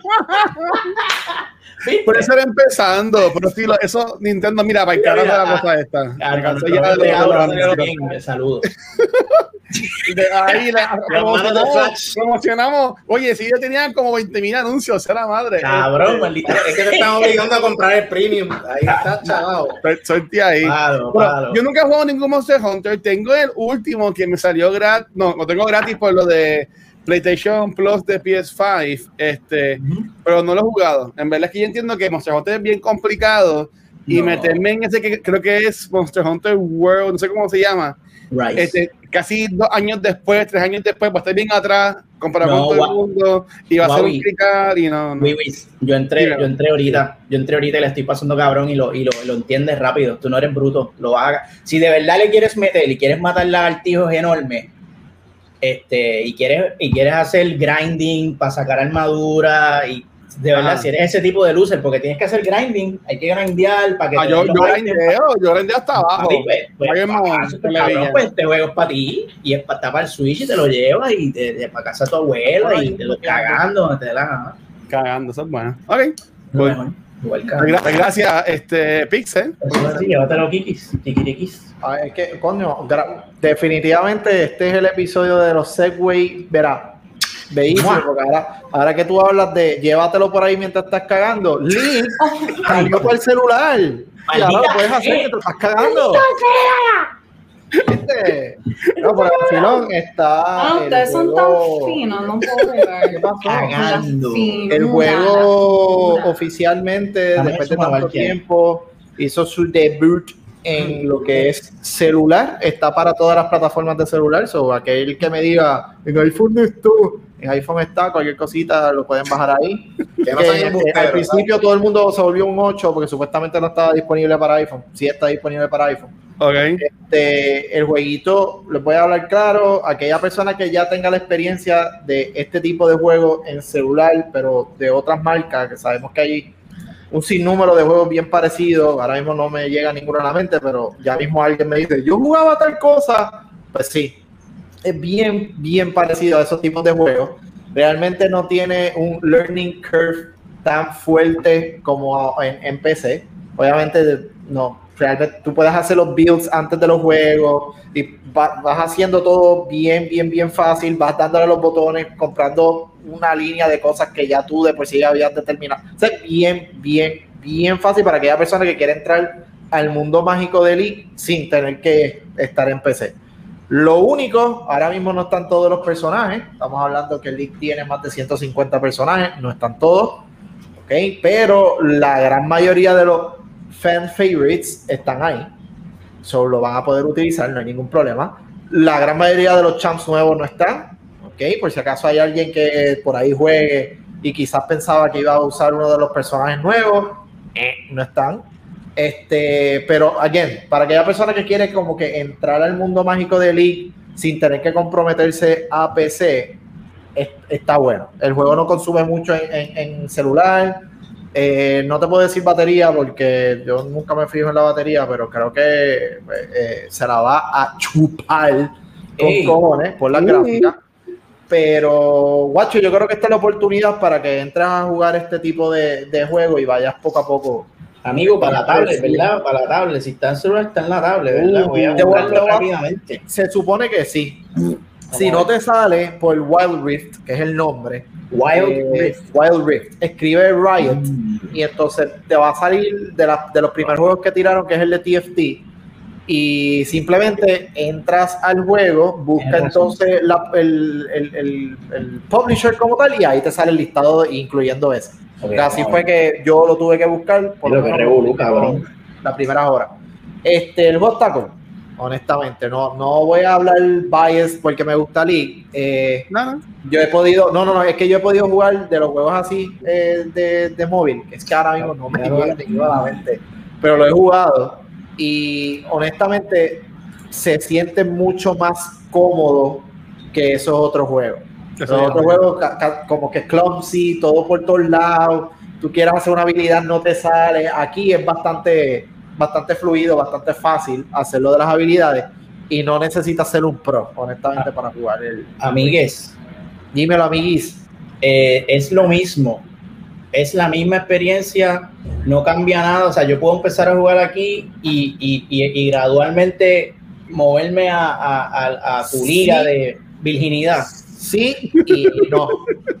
S5: ¿Sí?
S3: Por eso era empezando, pero sí, lo, eso Nintendo, mira, para el carajo de la cosa esta.
S5: Ah, no, no,
S3: ya
S5: no,
S3: de
S5: no, no, no, saludos.
S3: De ahí la promocionamos, promocionamos. Oye, si yo tenía como veinte mil anuncios, sea la madre.
S5: Cabrón, maldita.
S4: Es que te están obligando a comprar el premium. Ahí está, chaval.
S3: Suerte ahí.
S5: Palo,
S3: Bueno,
S5: palo.
S3: yo nunca he jugado ningún Monster Hunter. Tengo el último que me salió gratis. No, lo tengo gratis por lo de PlayStation Plus de P S cinco, este, uh-huh. pero no lo he jugado. En verdad es que yo entiendo que Monster Hunter es bien complicado y no. meterme en ese que creo que es Monster Hunter World, no sé cómo se llama.
S5: Right.
S3: Este, casi dos años después, tres años después, va a estar bien atrás, comparado no, con todo wow. el mundo y va wow. a ser un clicar y no. no.
S5: Wee, wee. Yo entré, sí, yo entré ahorita, yo entré ahorita y le estoy pasando cabrón y lo, y lo, lo entiendes rápido. Tú no eres bruto, lo hagas. Si de verdad le quieres meter y quieres matar lagartijos enormes, este, y quieres, y quieres hacer grinding para sacar armadura y de verdad, ah. si eres ese tipo de loser, porque tienes que hacer grinding, hay que grindear para que...
S3: Ah, yo, yo grindeo, yo grindeo hasta abajo. Ti, pues, pues,
S5: pues, pues, cabrón, pues este juego es para ti, y es para, para el Switch y te lo llevas, y te, te, para casa de tu abuela, Ay, y te lo cagando, donde te la...
S3: Cagando, eso es bueno. Ok.
S5: Bueno. Igual,
S3: gracias, este, Pixel.
S5: Sí, llévatelo, Kikis. Kikirikis.
S2: Ah, es que, coño, definitivamente este es el episodio de los Segway, verá, vehículos, porque ahora, ahora que tú hablas de llévatelo por ahí mientras estás cagando, Link salió por el celular. Y ahora lo puedes hacer mientras estás cagando. ¿Viste? No, por el vacilón está.
S1: Ah, ustedes son tan finos, no puedo ver.
S2: ¿Qué pasó?
S5: Cagando.
S2: El juego oficialmente, después de tanto tiempo, hizo su debut en lo que es celular. Está para todas las plataformas de celular. So, aquel que me diga, en iPhone no está, en iPhone está, cualquier cosita lo pueden bajar ahí. Que no que, eh, al principio ¿sabes? Todo el mundo se volvió un ocho porque supuestamente no estaba disponible para iPhone. Sí está disponible para iPhone.
S3: Okay.
S2: Este, el jueguito, les voy a hablar claro, aquella persona que ya tenga la experiencia de este tipo de juego en celular, pero de otras marcas, que sabemos que hay un sinnúmero de juegos bien parecidos, ahora mismo no me llega ninguno a la mente, pero ya mismo alguien me dice, yo jugaba tal cosa, pues sí, es bien, bien parecido a esos tipos de juegos. Realmente no tiene un learning curve tan fuerte como en, en P C, obviamente no. Realmente tú puedes hacer los builds antes de los juegos y va, vas haciendo todo bien, bien, bien fácil, vas dándole los botones, comprando una línea de cosas que ya tú de por sí habías determinado. O sea, bien, bien, bien fácil para aquella persona que quiere entrar al mundo mágico de League sin tener que estar en P C. Lo único, ahora mismo no están todos los personajes, estamos hablando que League tiene más de ciento cincuenta personajes, no están todos, ¿ok? Pero la gran mayoría de los fan favorites están ahí, solo lo van a poder utilizar, no hay ningún problema. La gran mayoría de los champs nuevos no están, ok, por si acaso hay alguien que por ahí juegue y quizás pensaba que iba a usar uno de los personajes nuevos, eh, no están. Este, pero again, para aquella persona que quiere como que entrar al mundo mágico de League sin tener que comprometerse a P C, es, está bueno. El juego no consume mucho en, en, en celular. Eh, no te puedo decir batería porque yo nunca me fijo en la batería, pero creo que eh, se la va a chupar con Ey. cojones por las Ey. gráficas. Pero, guacho, yo creo que esta es la oportunidad para que entres a jugar este tipo de, de juego y vayas poco a poco.
S5: Amigo, para la tablet, ¿verdad? Para la tablet. Si está en celular, está en la tablet, ¿verdad?
S2: Uh,
S5: Voy a
S2: te voy a-
S5: buscarlo
S2: te voy a-
S5: rápidamente.
S2: Se supone que sí. Si
S5: a
S2: no
S5: ver.
S2: te sale por Wild Rift, que es el nombre,
S5: Wild
S2: eh,
S5: Rift.
S2: Wild Rift, escribe Riot
S5: Mm.
S2: y entonces te va a salir de, la- de los primeros juegos que tiraron, que es el de T F T, y simplemente entras al juego, busca
S5: Tienes razón.
S2: entonces la- el, el- el- el publisher como tal y ahí te sale el listado incluyendo ese.
S5: Ok,
S2: Así
S5: vamos a
S2: fue
S5: ver.
S2: que yo lo tuve que buscar por
S5: Lo que revolú, cabrón.
S2: la primera hora. Este, el juego está cool, honestamente. No, no voy a hablar bias porque me gusta League. Eh,
S3: No, no.
S2: yo he podido, no, no, no, es que yo he podido jugar de los juegos así eh, de, de móvil, que es que ahora mismo no me llega ni a la mente, pero lo he jugado y honestamente se siente mucho más cómodo que esos otros juegos. Los
S3: Eso ya
S2: otros
S3: lo-
S2: juegos ca- ca- como que clumsy, todo por todos lados, tú quieres hacer una habilidad, no te sale. Aquí es bastante, bastante fluido, bastante fácil hacerlo de las habilidades y no necesitas ser un pro, honestamente, para jugar el...
S5: Amigues,
S2: Dímelo, amiguis.
S5: eh, es lo mismo. Es la misma experiencia, no cambia nada. O sea, yo puedo empezar a jugar aquí y, y, y, y gradualmente moverme a, a, a, a tu
S2: Sí.
S5: liga de virginidad.
S2: Sí y no.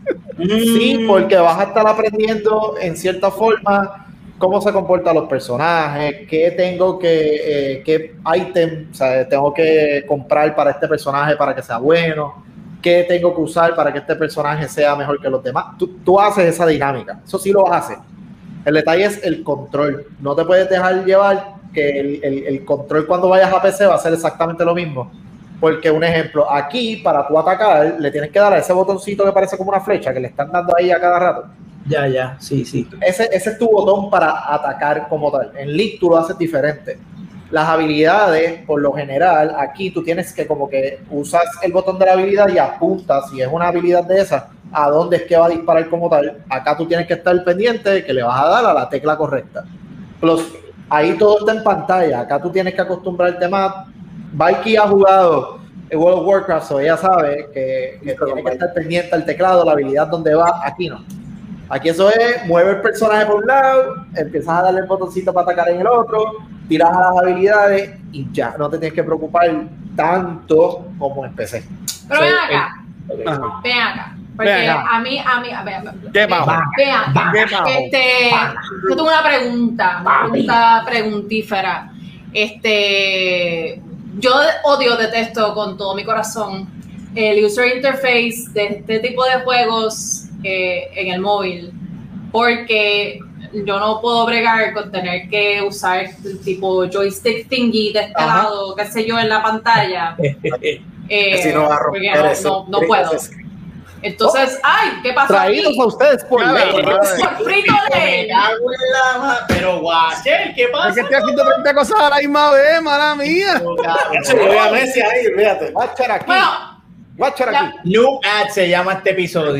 S2: Sí, porque vas a estar aprendiendo en cierta forma cómo se comportan los personajes, qué tengo que, eh, qué item, o sea, tengo que comprar para este personaje para que sea bueno, qué tengo que usar para que este personaje sea mejor que los demás. Tú, tú haces esa dinámica, eso sí lo vas a hacer. El detalle es el control. No te puedes dejar llevar que el, el, el control cuando vayas a P C va a ser exactamente lo mismo. Porque un ejemplo, aquí para tú atacar le tienes que dar a ese botoncito que parece como una flecha que le están dando ahí a cada rato.
S5: Ya, ya, sí, sí.
S2: Ese, ese es tu botón para atacar como tal. En League tú lo haces diferente. Las habilidades, por lo general, aquí tú tienes que como que usas el botón de la habilidad y apuntas, si es una habilidad de esa, a dónde es que va a disparar como tal. Acá tú tienes que estar pendiente de que le vas a dar a la tecla correcta. Plus, ahí todo está en pantalla. Acá tú tienes que acostumbrarte más. Valky ha jugado en World of Warcraft, so ella sabe que, que tiene que estar pendiente al teclado, la habilidad donde va. Aquí no. Aquí eso es, mueve el personaje por un lado, empiezas a darle el botoncito para atacar en el otro, tiras a las habilidades y ya, no te tienes que preocupar tanto como en P C.
S1: Pero ven acá,
S3: Ajá.
S1: ven acá. Porque
S3: Ven acá.
S1: a mí, a mí, a ver,
S3: ¿Qué bajo?
S1: ven acá.
S3: ¿Qué bajo?
S1: Este, yo tengo una pregunta, una pregunta preguntífera. Este, yo odio, detesto con todo mi corazón el user interface de este tipo de juegos eh, en el móvil, porque yo no puedo bregar con tener que usar el tipo joystick thingy de este
S2: Ajá.
S1: lado, qué sé yo, en la pantalla. Eh,
S2: Así no va a
S1: porque
S2: romper
S1: no,
S2: ese-
S1: no, no puedo.
S2: ese-
S1: Entonces, ay, ¿qué pasó
S2: Traídos
S1: aquí?
S2: a ustedes por
S3: Ya
S2: ley.
S3: ves, ya ves.
S1: Frito
S5: Me
S1: de
S5: cago en la ma- Pero guache, ¿qué
S3: Es
S5: pasa?
S3: que estoy haciendo treinta cosas a la misma vez, mala mía.
S4: Yo voy a Messi ahí, fíjate.
S2: Watcher aquí,
S1: Bueno,
S2: Watcher
S1: la-
S2: aquí.
S5: Noob Ad se llama este episodio.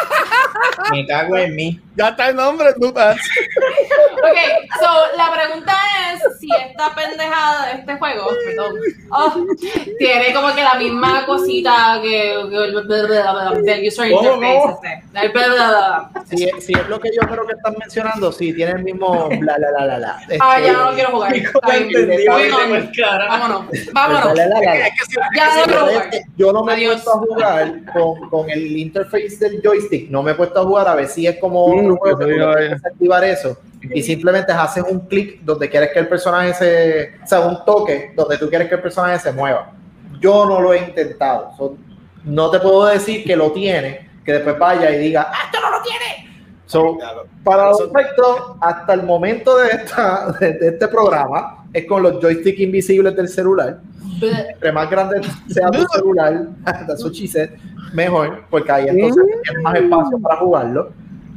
S5: Me cago en mí.
S3: Ya está el nombre, tú. ah.
S1: ok, so la pregunta es si esta pendejada de este juego, perdón, oh, tiene como que la misma cosita que, que el del user
S5: ¿Cómo,
S1: interface
S5: cómo?
S1: este. El bla, bla, bla, bla.
S2: Si, si es lo que yo creo que están mencionando, sí, tiene el mismo bla, la, la, la, la.
S1: Ah,
S2: Este,
S1: ya no lo quiero jugar. Está bien.
S5: Entendí,
S1: Moving
S5: oíste,
S1: on.
S5: pues, cara.
S1: Vámonos, vámonos.
S2: la, la, la, la.
S1: Ya no lo quiero
S2: Es
S1: jugar.
S2: que yo no me
S1: Adiós.
S2: he puesto a jugar con, con el interface del joystick, no me he puesto a jugar a ver si es como
S3: Mm,
S2: otro juego
S3: eso
S2: que tú
S3: digo,
S2: no puedes activar eso y simplemente haces un clic donde quieres que el personaje se, o sea, un toque donde tú quieres que el personaje se mueva. Yo no lo he intentado, so, no te puedo decir que lo tiene, que después vaya y diga, ah, esto no lo tiene. So, para los efectos, hasta el momento de, esta, de, de este programa, es con los joysticks invisibles del celular. Entre más grande sea tu celular, that's what she said, mejor, porque ahí entonces tienes más espacio para jugarlo.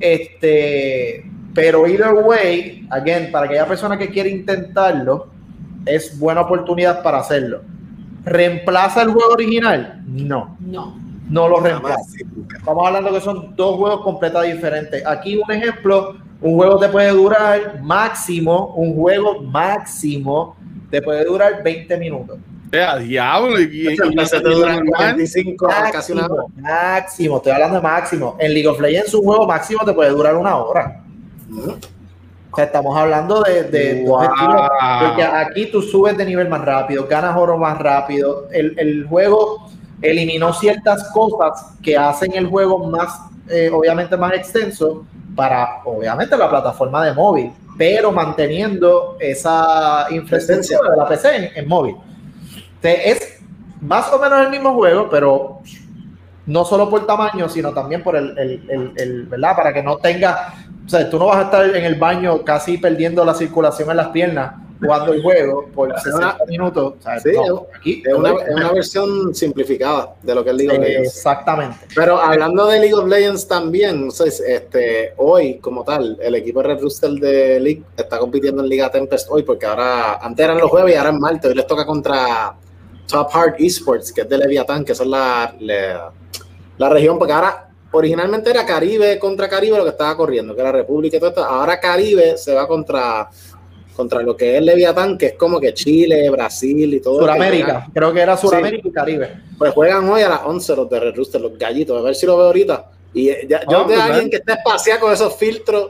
S2: Este, pero either way, again, para aquella persona que quiere intentarlo, es buena oportunidad para hacerlo. ¿Reemplaza el juego original? No,
S1: No.
S2: no lo reemplaza. Estamos hablando que son dos juegos completamente diferentes. Aquí un ejemplo, un juego te puede durar máximo, un juego máximo te puede durar veinte minutos.
S3: Eh, diablo. Y, y,
S4: empecé a durar cuarenta y cinco, casi una hora.
S2: Máximo, estoy hablando de máximo. En League of Legends, un juego máximo te puede durar una hora. ¿Mm? O sea, estamos hablando de, de
S3: wow.
S2: dos estilos, porque aquí tú subes de nivel más rápido, ganas oro más rápido. El, el juego eliminó ciertas cosas que hacen el juego más, eh, obviamente más extenso para, obviamente, la plataforma de móvil, pero manteniendo esa infraestructura de la P C en, en móvil. Entonces, es más o menos el mismo juego, pero no solo por tamaño, sino también por el, el, el, el ¿verdad? Para que no tenga, o sea, tú no vas a estar en el baño casi perdiendo la circulación en las piernas jugando el juego por sesenta minutos. O sea,
S4: sí,
S2: no, aquí
S4: es una, es una versión simplificada de lo que es League of Legends.
S2: Exactamente.
S4: Pero hablando de League of Legends también, no sé, este, hoy como tal, el equipo Red Rooster de League está compitiendo en Liga Tempest hoy, porque ahora, antes eran los jueves y ahora es martes, hoy les toca contra Top Heart Esports, que es de Leviatán, que son la, la, la región, porque ahora originalmente era Caribe contra Caribe lo que estaba corriendo, que era República y todo esto. Ahora Caribe se va contra, contra lo que es Leviatán, que es como que Chile, Brasil y todo.
S2: Suramérica, que creo que era Suramérica sí. y Caribe.
S4: Pues juegan hoy a las once los de Red Rooster, los gallitos, a ver si lo veo ahorita. Y ya, yo oh, de alguien man. que esté espaciado con esos filtros.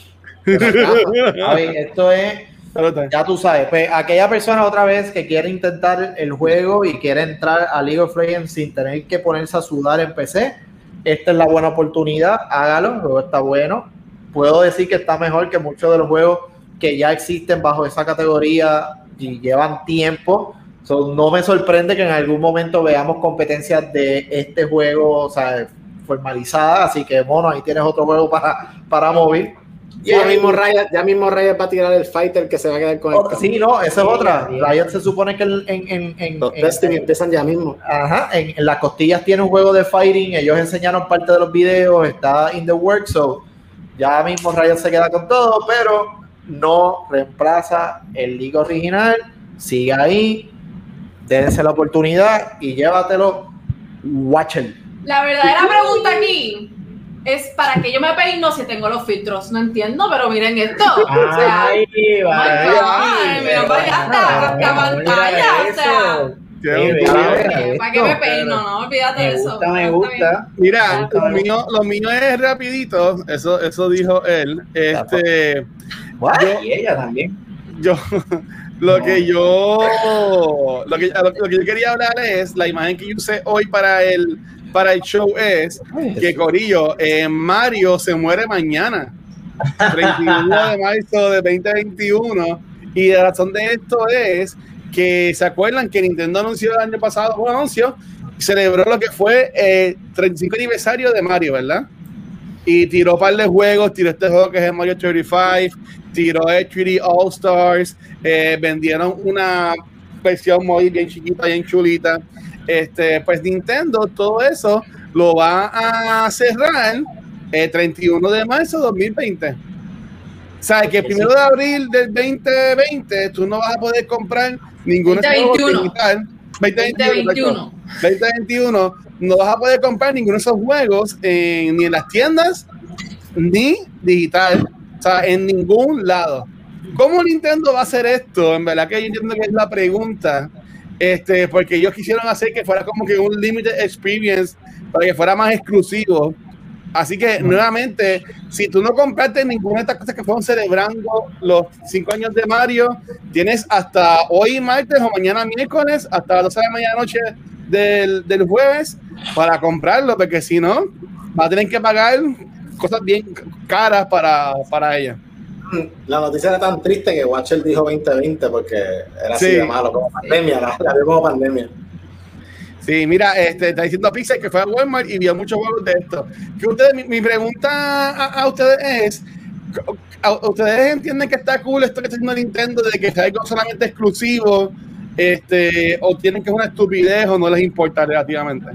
S2: A ver, esto es, ya tú sabes, pues aquella persona otra vez que quiere intentar el juego y quiere entrar a League of Legends sin tener que ponerse a sudar en P C, esta es la buena oportunidad, hágalo, el juego está bueno. Puedo decir que está mejor que muchos de los juegos que ya existen bajo esa categoría y llevan tiempo. So, no me sorprende que en algún momento veamos competencias de este juego, o sea, formalizada, así que mono, ahí tienes otro juego para, para móvil.
S4: Y ya mismo Riot, ya mismo Riot va a tirar el fighter que se va a quedar con el
S2: otra, sí, no, esa es otra. Riot se supone que en, en, en
S4: los
S2: en,
S4: testing
S2: en,
S4: empiezan ya mismo.
S2: Ajá, en, en las costillas tiene un juego de fighting, ellos enseñaron parte de los videos, está in the works, so ya mismo Riot se queda con todo, pero no reemplaza el League original, sigue ahí, déjense la oportunidad y llévatelo, watcher.
S1: La verdadera pregunta aquí es para que yo me peino si tengo los filtros. No entiendo, pero miren esto.
S5: Ay, o sea, ay,
S1: ay, mira, vaya hasta, hasta pantalla. O sea, ¿para qué me peino? No, olvídate de eso.
S5: Me gusta.
S3: Mira, lo mío, lo mío es rapidito. Eso, eso dijo él. Este,
S5: yo, y ella también.
S3: Yo, lo no. que yo, lo que, lo que yo quería hablar es la imagen que yo usé hoy para el para el show es que Corillo, eh, Mario se muere mañana, treinta y uno de marzo de veinte veintiuno, y la razón de esto es que se acuerdan que Nintendo anunció el año pasado un anuncio, celebró lo que fue el treinta y cinco aniversario de Mario, ¿verdad? Y tiró un par de juegos, tiró este juego que es el Mario treinta y cinco, tiró el tres D All Stars, eh, vendieron una versión móvil bien chiquita, bien chulita. Este, pues Nintendo todo eso lo va a cerrar el treinta y uno de marzo de dos mil veinte. Sabes que el primero de abril del veinte veinte tú no vas a poder comprar ningún juego digital. veinte veintiuno veinte veintiuno no vas a poder comprar ninguno de esos juegos en, ni en las tiendas ni digital, o sea, en ningún lado. ¿Cómo Nintendo va a hacer esto? En verdad que yo entiendo que es la pregunta. Este, porque ellos quisieron hacer que fuera como que un limited experience para que fuera más exclusivo. Así que nuevamente, si tú no compraste ninguna de estas cosas que fueron celebrando los cinco años de Mario, tienes hasta hoy martes o mañana miércoles hasta las doce de la medianoche del, del jueves para comprarlo, porque si no vas a tener que pagar cosas bien caras para, para ella.
S4: La noticia era tan triste que Watcher dijo veinte veinte porque era así sí. de malo, como pandemia, la, la vio como pandemia.
S3: Sí, mira, este, está diciendo Pixel que fue a Walmart y vio muchos juegos de esto. Que ustedes, mi, mi pregunta a, a ustedes es, a, ¿ustedes entienden que está cool esto que está haciendo Nintendo de que es algo solamente exclusivo, este, o tienen que es una estupidez o no les importa relativamente?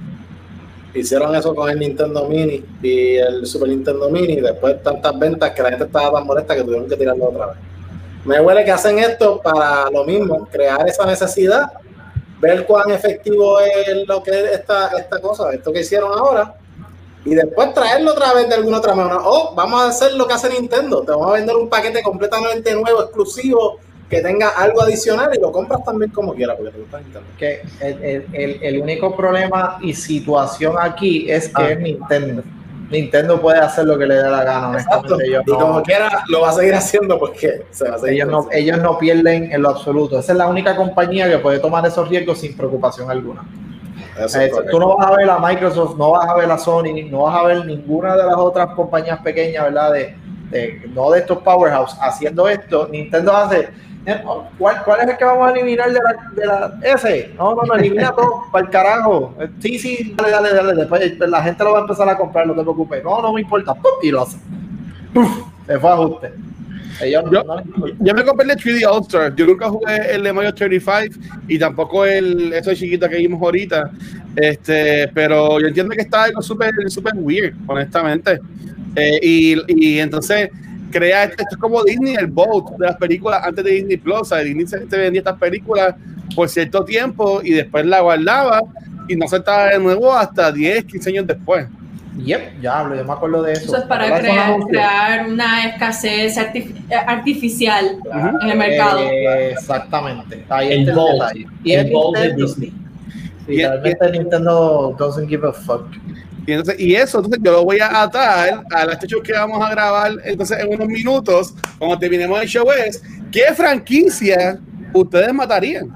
S4: Hicieron eso con el Nintendo Mini y el Super Nintendo Mini, y después tantas ventas que la gente estaba tan molesta que tuvieron que tirarlo otra vez. Me huele que hacen esto para lo mismo, crear esa necesidad, ver cuán efectivo es lo que es esta, esta cosa, esto que hicieron ahora, y después traerlo otra vez de alguna otra manera. Oh, vamos a hacer lo que hace Nintendo, te vamos a vender un paquete completamente nuevo, exclusivo, que tenga algo adicional y lo compras también como quieras, porque te gusta Nintendo.
S2: Que el, el, el, el único problema y situación aquí es que ah. es Nintendo. Nintendo puede hacer lo que le dé la gana, honestamente. Ellos
S4: y
S2: no,
S4: como quiera lo va a seguir haciendo porque se va a seguir
S2: ellos, no, ellos no pierden en lo absoluto. Esa es la única compañía que puede tomar esos riesgos sin preocupación alguna. Eh, tú no vas a ver a Microsoft, no vas a ver a Sony, no vas a ver ninguna de las otras compañías pequeñas, ¿verdad? De, de, no de estos powerhouse haciendo esto. Nintendo hace, ¿cuál, cuál es el que vamos a eliminar de la, de la ese? No, no, no, elimina todo, para el carajo. Sí, sí, dale, dale, dale. Después la gente lo va a empezar a comprar, no te preocupes. No, no me importa. Y lo hace. Se fue a ajuste. Ellos,
S3: yo,
S2: no, no
S3: yo me compré el tres D All Star. Yo nunca jugué el de Mario treinta y cinco y tampoco el eso chiquito que vimos ahorita. Este, pero yo entiendo que está algo súper súper weird, honestamente. Eh, y, y entonces crea esto, esto es como Disney, el Boat de las películas antes de Disney Plus. O sea, Disney se te vendía estas películas por cierto tiempo y después la guardaba y no se estaba de nuevo hasta diez, quince años después.
S2: Yep, ya hablo, yo me acuerdo de eso.
S1: Eso es para crear, crear una escasez artif- artificial uh-huh. en el mercado.
S2: Eh, exactamente. Ahí
S5: el Bolt,
S2: y
S5: el Bolt de Disney.
S2: Y realmente Nintendo doesn't give a fuck.
S3: Y, entonces, y eso, entonces yo lo voy a atar a este show que vamos a grabar entonces en unos minutos, cuando terminemos el show, es ¿qué franquicia ustedes matarían?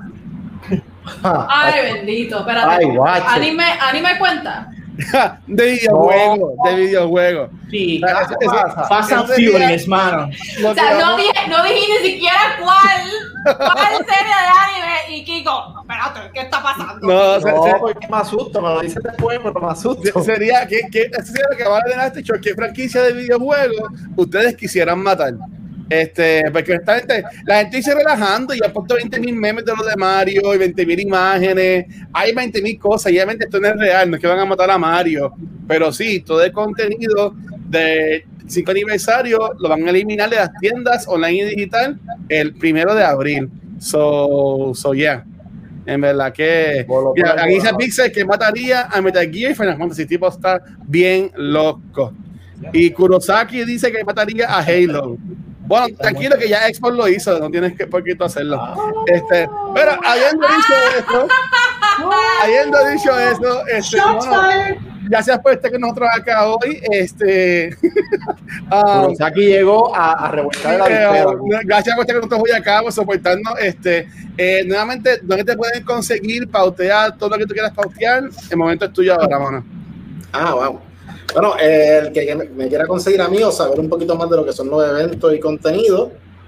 S1: Ay, bendito, espérate. Ay, anime, anime cuenta.
S3: de videojuegos, no. de videojuegos.
S5: Sí, eso, eso, Fast and Furious, mano.
S1: O sea, no dije, no dije ni siquiera cuál, cuál serie de anime y Kiko, espérate, ¿qué está pasando?
S2: No, no se, porque me asusto, me lo dices después, pero me asusto.
S3: Sería, ¿qué, qué, sería lo que va a ordenar este show? ¿Qué franquicia de videojuegos ustedes quisieran matar? Este, porque esta gente, la gente dice relajando y ha puesto veinte mil memes de los de Mario y veinte mil imágenes, hay veinte mil cosas y obviamente esto no es real, no es que van a matar a Mario, pero sí, todo el contenido de cinco aniversario lo van a eliminar de las tiendas online y digital el primero de abril, so, so yeah, en verdad que mira, aquí dice Pixel que mataría a Metal Gear y Final Fantasy, tipo está bien loco, y Kurosaki dice que mataría a Halo. Bueno, tranquilo que ya Xbox lo hizo, no tienes que por qué tú hacerlo. Este, pero habiendo dicho eso, habiendo dicho eso, este, bueno, gracias por estar con nosotros acá hoy. Este,
S2: um, aquí llegó a, a revolcar la
S3: eh, gracias por estar con nosotros hoy acá, por soportarnos. Este, eh, nuevamente, ¿dónde te pueden conseguir, pautear todo lo que tú quieras pautear? El momento es tuyo ahora, mano.
S4: Ah, wow. Bueno, eh, el que me quiera conseguir a mí o saber un poquito más de lo que son los eventos y contenidos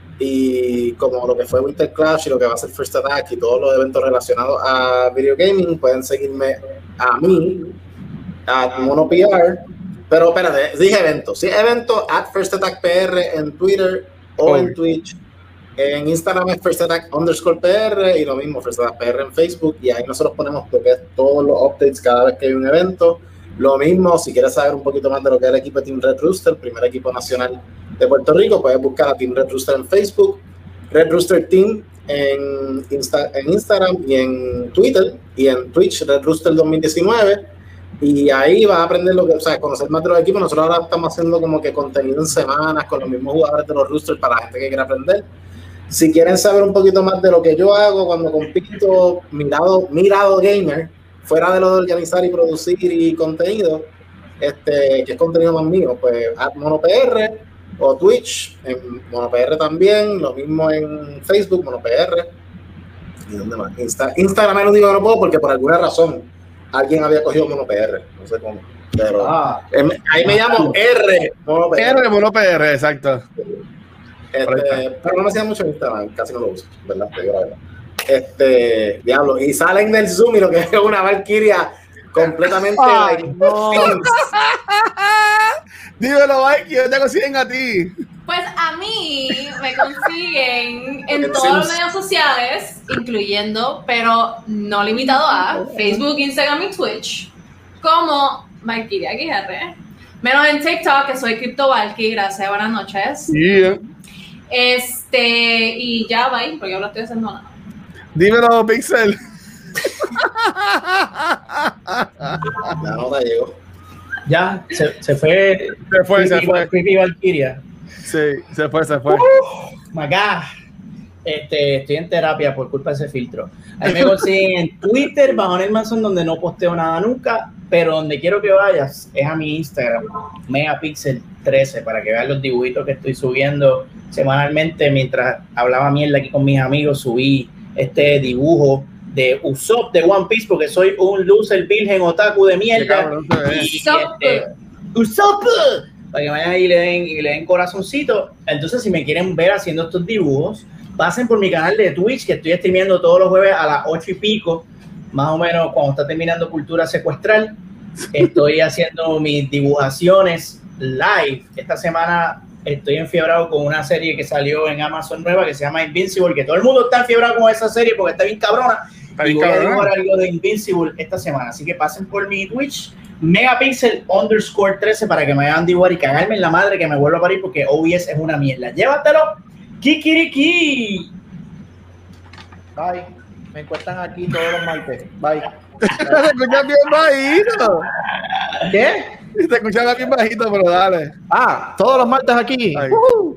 S4: y como lo que fue Winter Clash y lo que va a ser First Attack y todos los eventos relacionados a video gaming, pueden seguirme a mí, a MonoPR, pero espérate, dije eventos, sí, eventos at First Attack P R en Twitter o oh. en Twitch, en Instagram es First Attack underscore P R y lo mismo First Attack P R en Facebook y ahí nosotros ponemos lo que es todos los updates cada vez que hay un evento. Lo mismo, si quieres saber un poquito más de lo que es el equipo de Team Red Rooster, el primer equipo nacional de Puerto Rico, puedes buscar a Team Red Rooster en Facebook, Red Rooster Team en, Insta, en Instagram y en Twitter y en Twitch, Red Rooster dos mil diecinueve. Y ahí vas a aprender lo que, o sea, conocer más de los equipos. Nosotros ahora estamos haciendo como que contenido en semanas con los mismos jugadores de los Roosters para la gente que quiera aprender. Si quieren saber un poquito más de lo que yo hago cuando compito, mirado, mirado gamer, fuera de lo de organizar y producir y contenido, este, que es contenido más mío, pues at MonoPR o Twitch, en MonoPR también, lo mismo en Facebook, MonoPR. ¿Y dónde más? Insta, Instagram es lo único que no puedo porque por alguna razón alguien había cogido MonoPR, no sé cómo, pero ah, eh, ahí me llamo R MonoPR.
S3: R MonoPR, exacto.
S4: Este, pero no me hacía mucho en Instagram, casi no lo uso, ¿verdad? Te digo la verdad. Este, diablo, y salen del Zoom y lo que es una Valkyria completamente.
S3: Ay, no. Dímelo, Valky, ¿dónde te consiguen a ti?
S1: Pues a mí me consiguen en todos los medios sociales, incluyendo, pero no limitado a Facebook, Instagram y Twitch, como Valkyria Aguirre. Menos en TikTok, que soy CryptoValky, gracias, buenas noches.
S3: Yeah.
S1: Este, y ya, bye, porque yo no estoy haciendo nada.
S3: Dímelo, Pixel.
S4: La nota llegó.
S5: Ya, se, se fue.
S3: Se fue, se fue.
S5: Creepy Valkyria.
S3: Sí, se fue, se fue.
S5: Uh, my God. Este, estoy en terapia por culpa de ese filtro. Ahí me consiguen en Twitter, bajo Nel Manson, donde no posteo nada nunca, pero donde quiero que vayas es a mi Instagram, Megapixel trece, para que veas los dibujitos que estoy subiendo semanalmente. Mientras hablaba mierda aquí con mis amigos, subí este dibujo de Usopp de One Piece, porque soy un loser virgen otaku de mierda.
S3: Cabrón,
S5: y este, Usopp, para que vayan y le den, y le den corazoncito. Entonces, si me quieren ver haciendo estos dibujos, pasen por mi canal de Twitch, que estoy streameando todos los jueves a las ocho y pico, más o menos cuando está terminando Cultura Secuestral. Estoy haciendo mis dibujaciones live. Esta semana estoy enfiebrado con una serie que salió en Amazon nueva que se llama Invincible, que todo el mundo está enfiebrado con esa serie porque está bien cabrona. Está bien y voy cabrona. a dibujar algo de Invincible esta semana. Así que pasen por mi Twitch, Megapixel underscore trece, para que me hagan dibujar y cagarme en la madre que me vuelva a parir, porque O B S es una mierda. Llévatelo. Kikiriki.
S2: Bye. Me encuentran aquí todos los martes. Bye.
S3: Te escuchas bien bajito.
S2: ¿Qué?
S3: Te escuchas bien bajito, pero dale.
S2: Ah, todos los martes aquí. Uh-huh.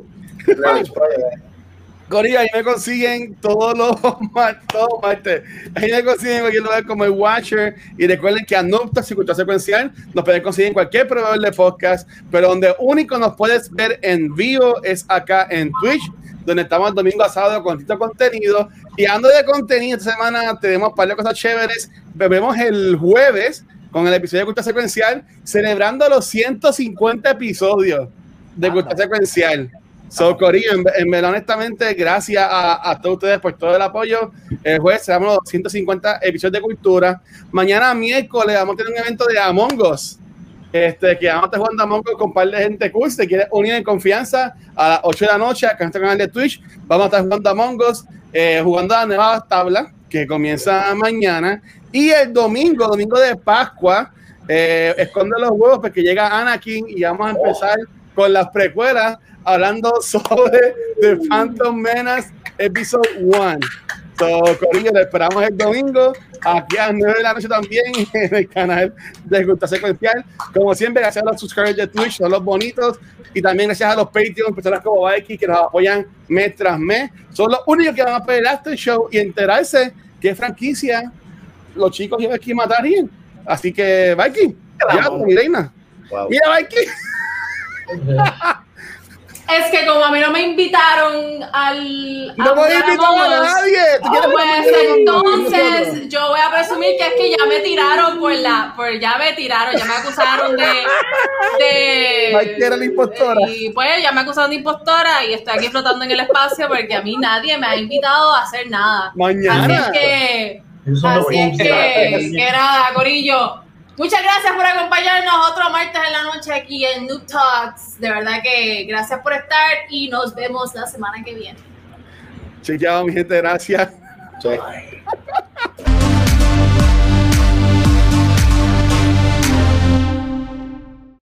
S3: Gorilla, ahí me consiguen todos los martes, todos martes. Ahí me consiguen en cualquier lugar como el Watcher. Y recuerden que a Nuptas y Cultura Secuencial nos pueden conseguir en cualquier proveedor de podcast, pero donde único nos puedes ver en vivo es acá en Twitch, donde estamos el domingo a sábado con distinto contenido. Y hablando de contenido, esta semana tenemos un par de cosas chéveres. Vemos el jueves con el episodio de Cultura Secuencial, celebrando los ciento cincuenta episodios de Cultura Secuencial. So, Corillo, en, en verdad, honestamente, gracias a, a todos ustedes por todo el apoyo. El jueves celebramos los ciento cincuenta episodios de Cultura. Mañana, miércoles, vamos a tener un evento de Among Us. Este, que vamos a estar jugando Among Us con un par de gente cool. Si te quieres unir en confianza, a las ocho de la noche, acá en este canal de Twitch, vamos a estar jugando Among Us, eh, jugando a la nueva tabla, que comienza mañana. Y el domingo, domingo de Pascua, eh, esconde los huevos porque llega Anakin y vamos a empezar oh. con las precuelas, hablando sobre The Phantom Menace Episode uno. So, Corillo, lo esperamos el domingo aquí a las nueve de la noche también en el canal de Cultura Secuencial. Como siempre, gracias a los subscribers de Twitch, son los bonitos, y también gracias a los Patreons, personas como Vikey, que nos apoyan mes tras mes. Son los únicos que van a poder el after show y enterarse qué franquicia los chicos llevan aquí a matar bien. Así que, Vikey, ya, mi reina. Wow. Mira, Vikey.
S1: Es que como a mí no me invitaron al...
S3: No voy a invitar a nadie.
S1: Pues entonces yo voy a presumir que es que ya me tiraron por la... Por, ya me tiraron, ya me acusaron de... de
S3: era la impostora.
S1: Y pues ya me acusaron de impostora y estoy aquí flotando en el espacio porque a mí nadie me ha invitado a hacer nada.
S3: Mañana.
S1: Así es que... Así es que, que nada, Corillo. Muchas gracias por acompañarnos otro martes en la noche aquí en Noob Talks. De verdad que gracias por estar y nos vemos la semana que viene.
S3: Chequeado, mi gente, gracias.
S2: Bye.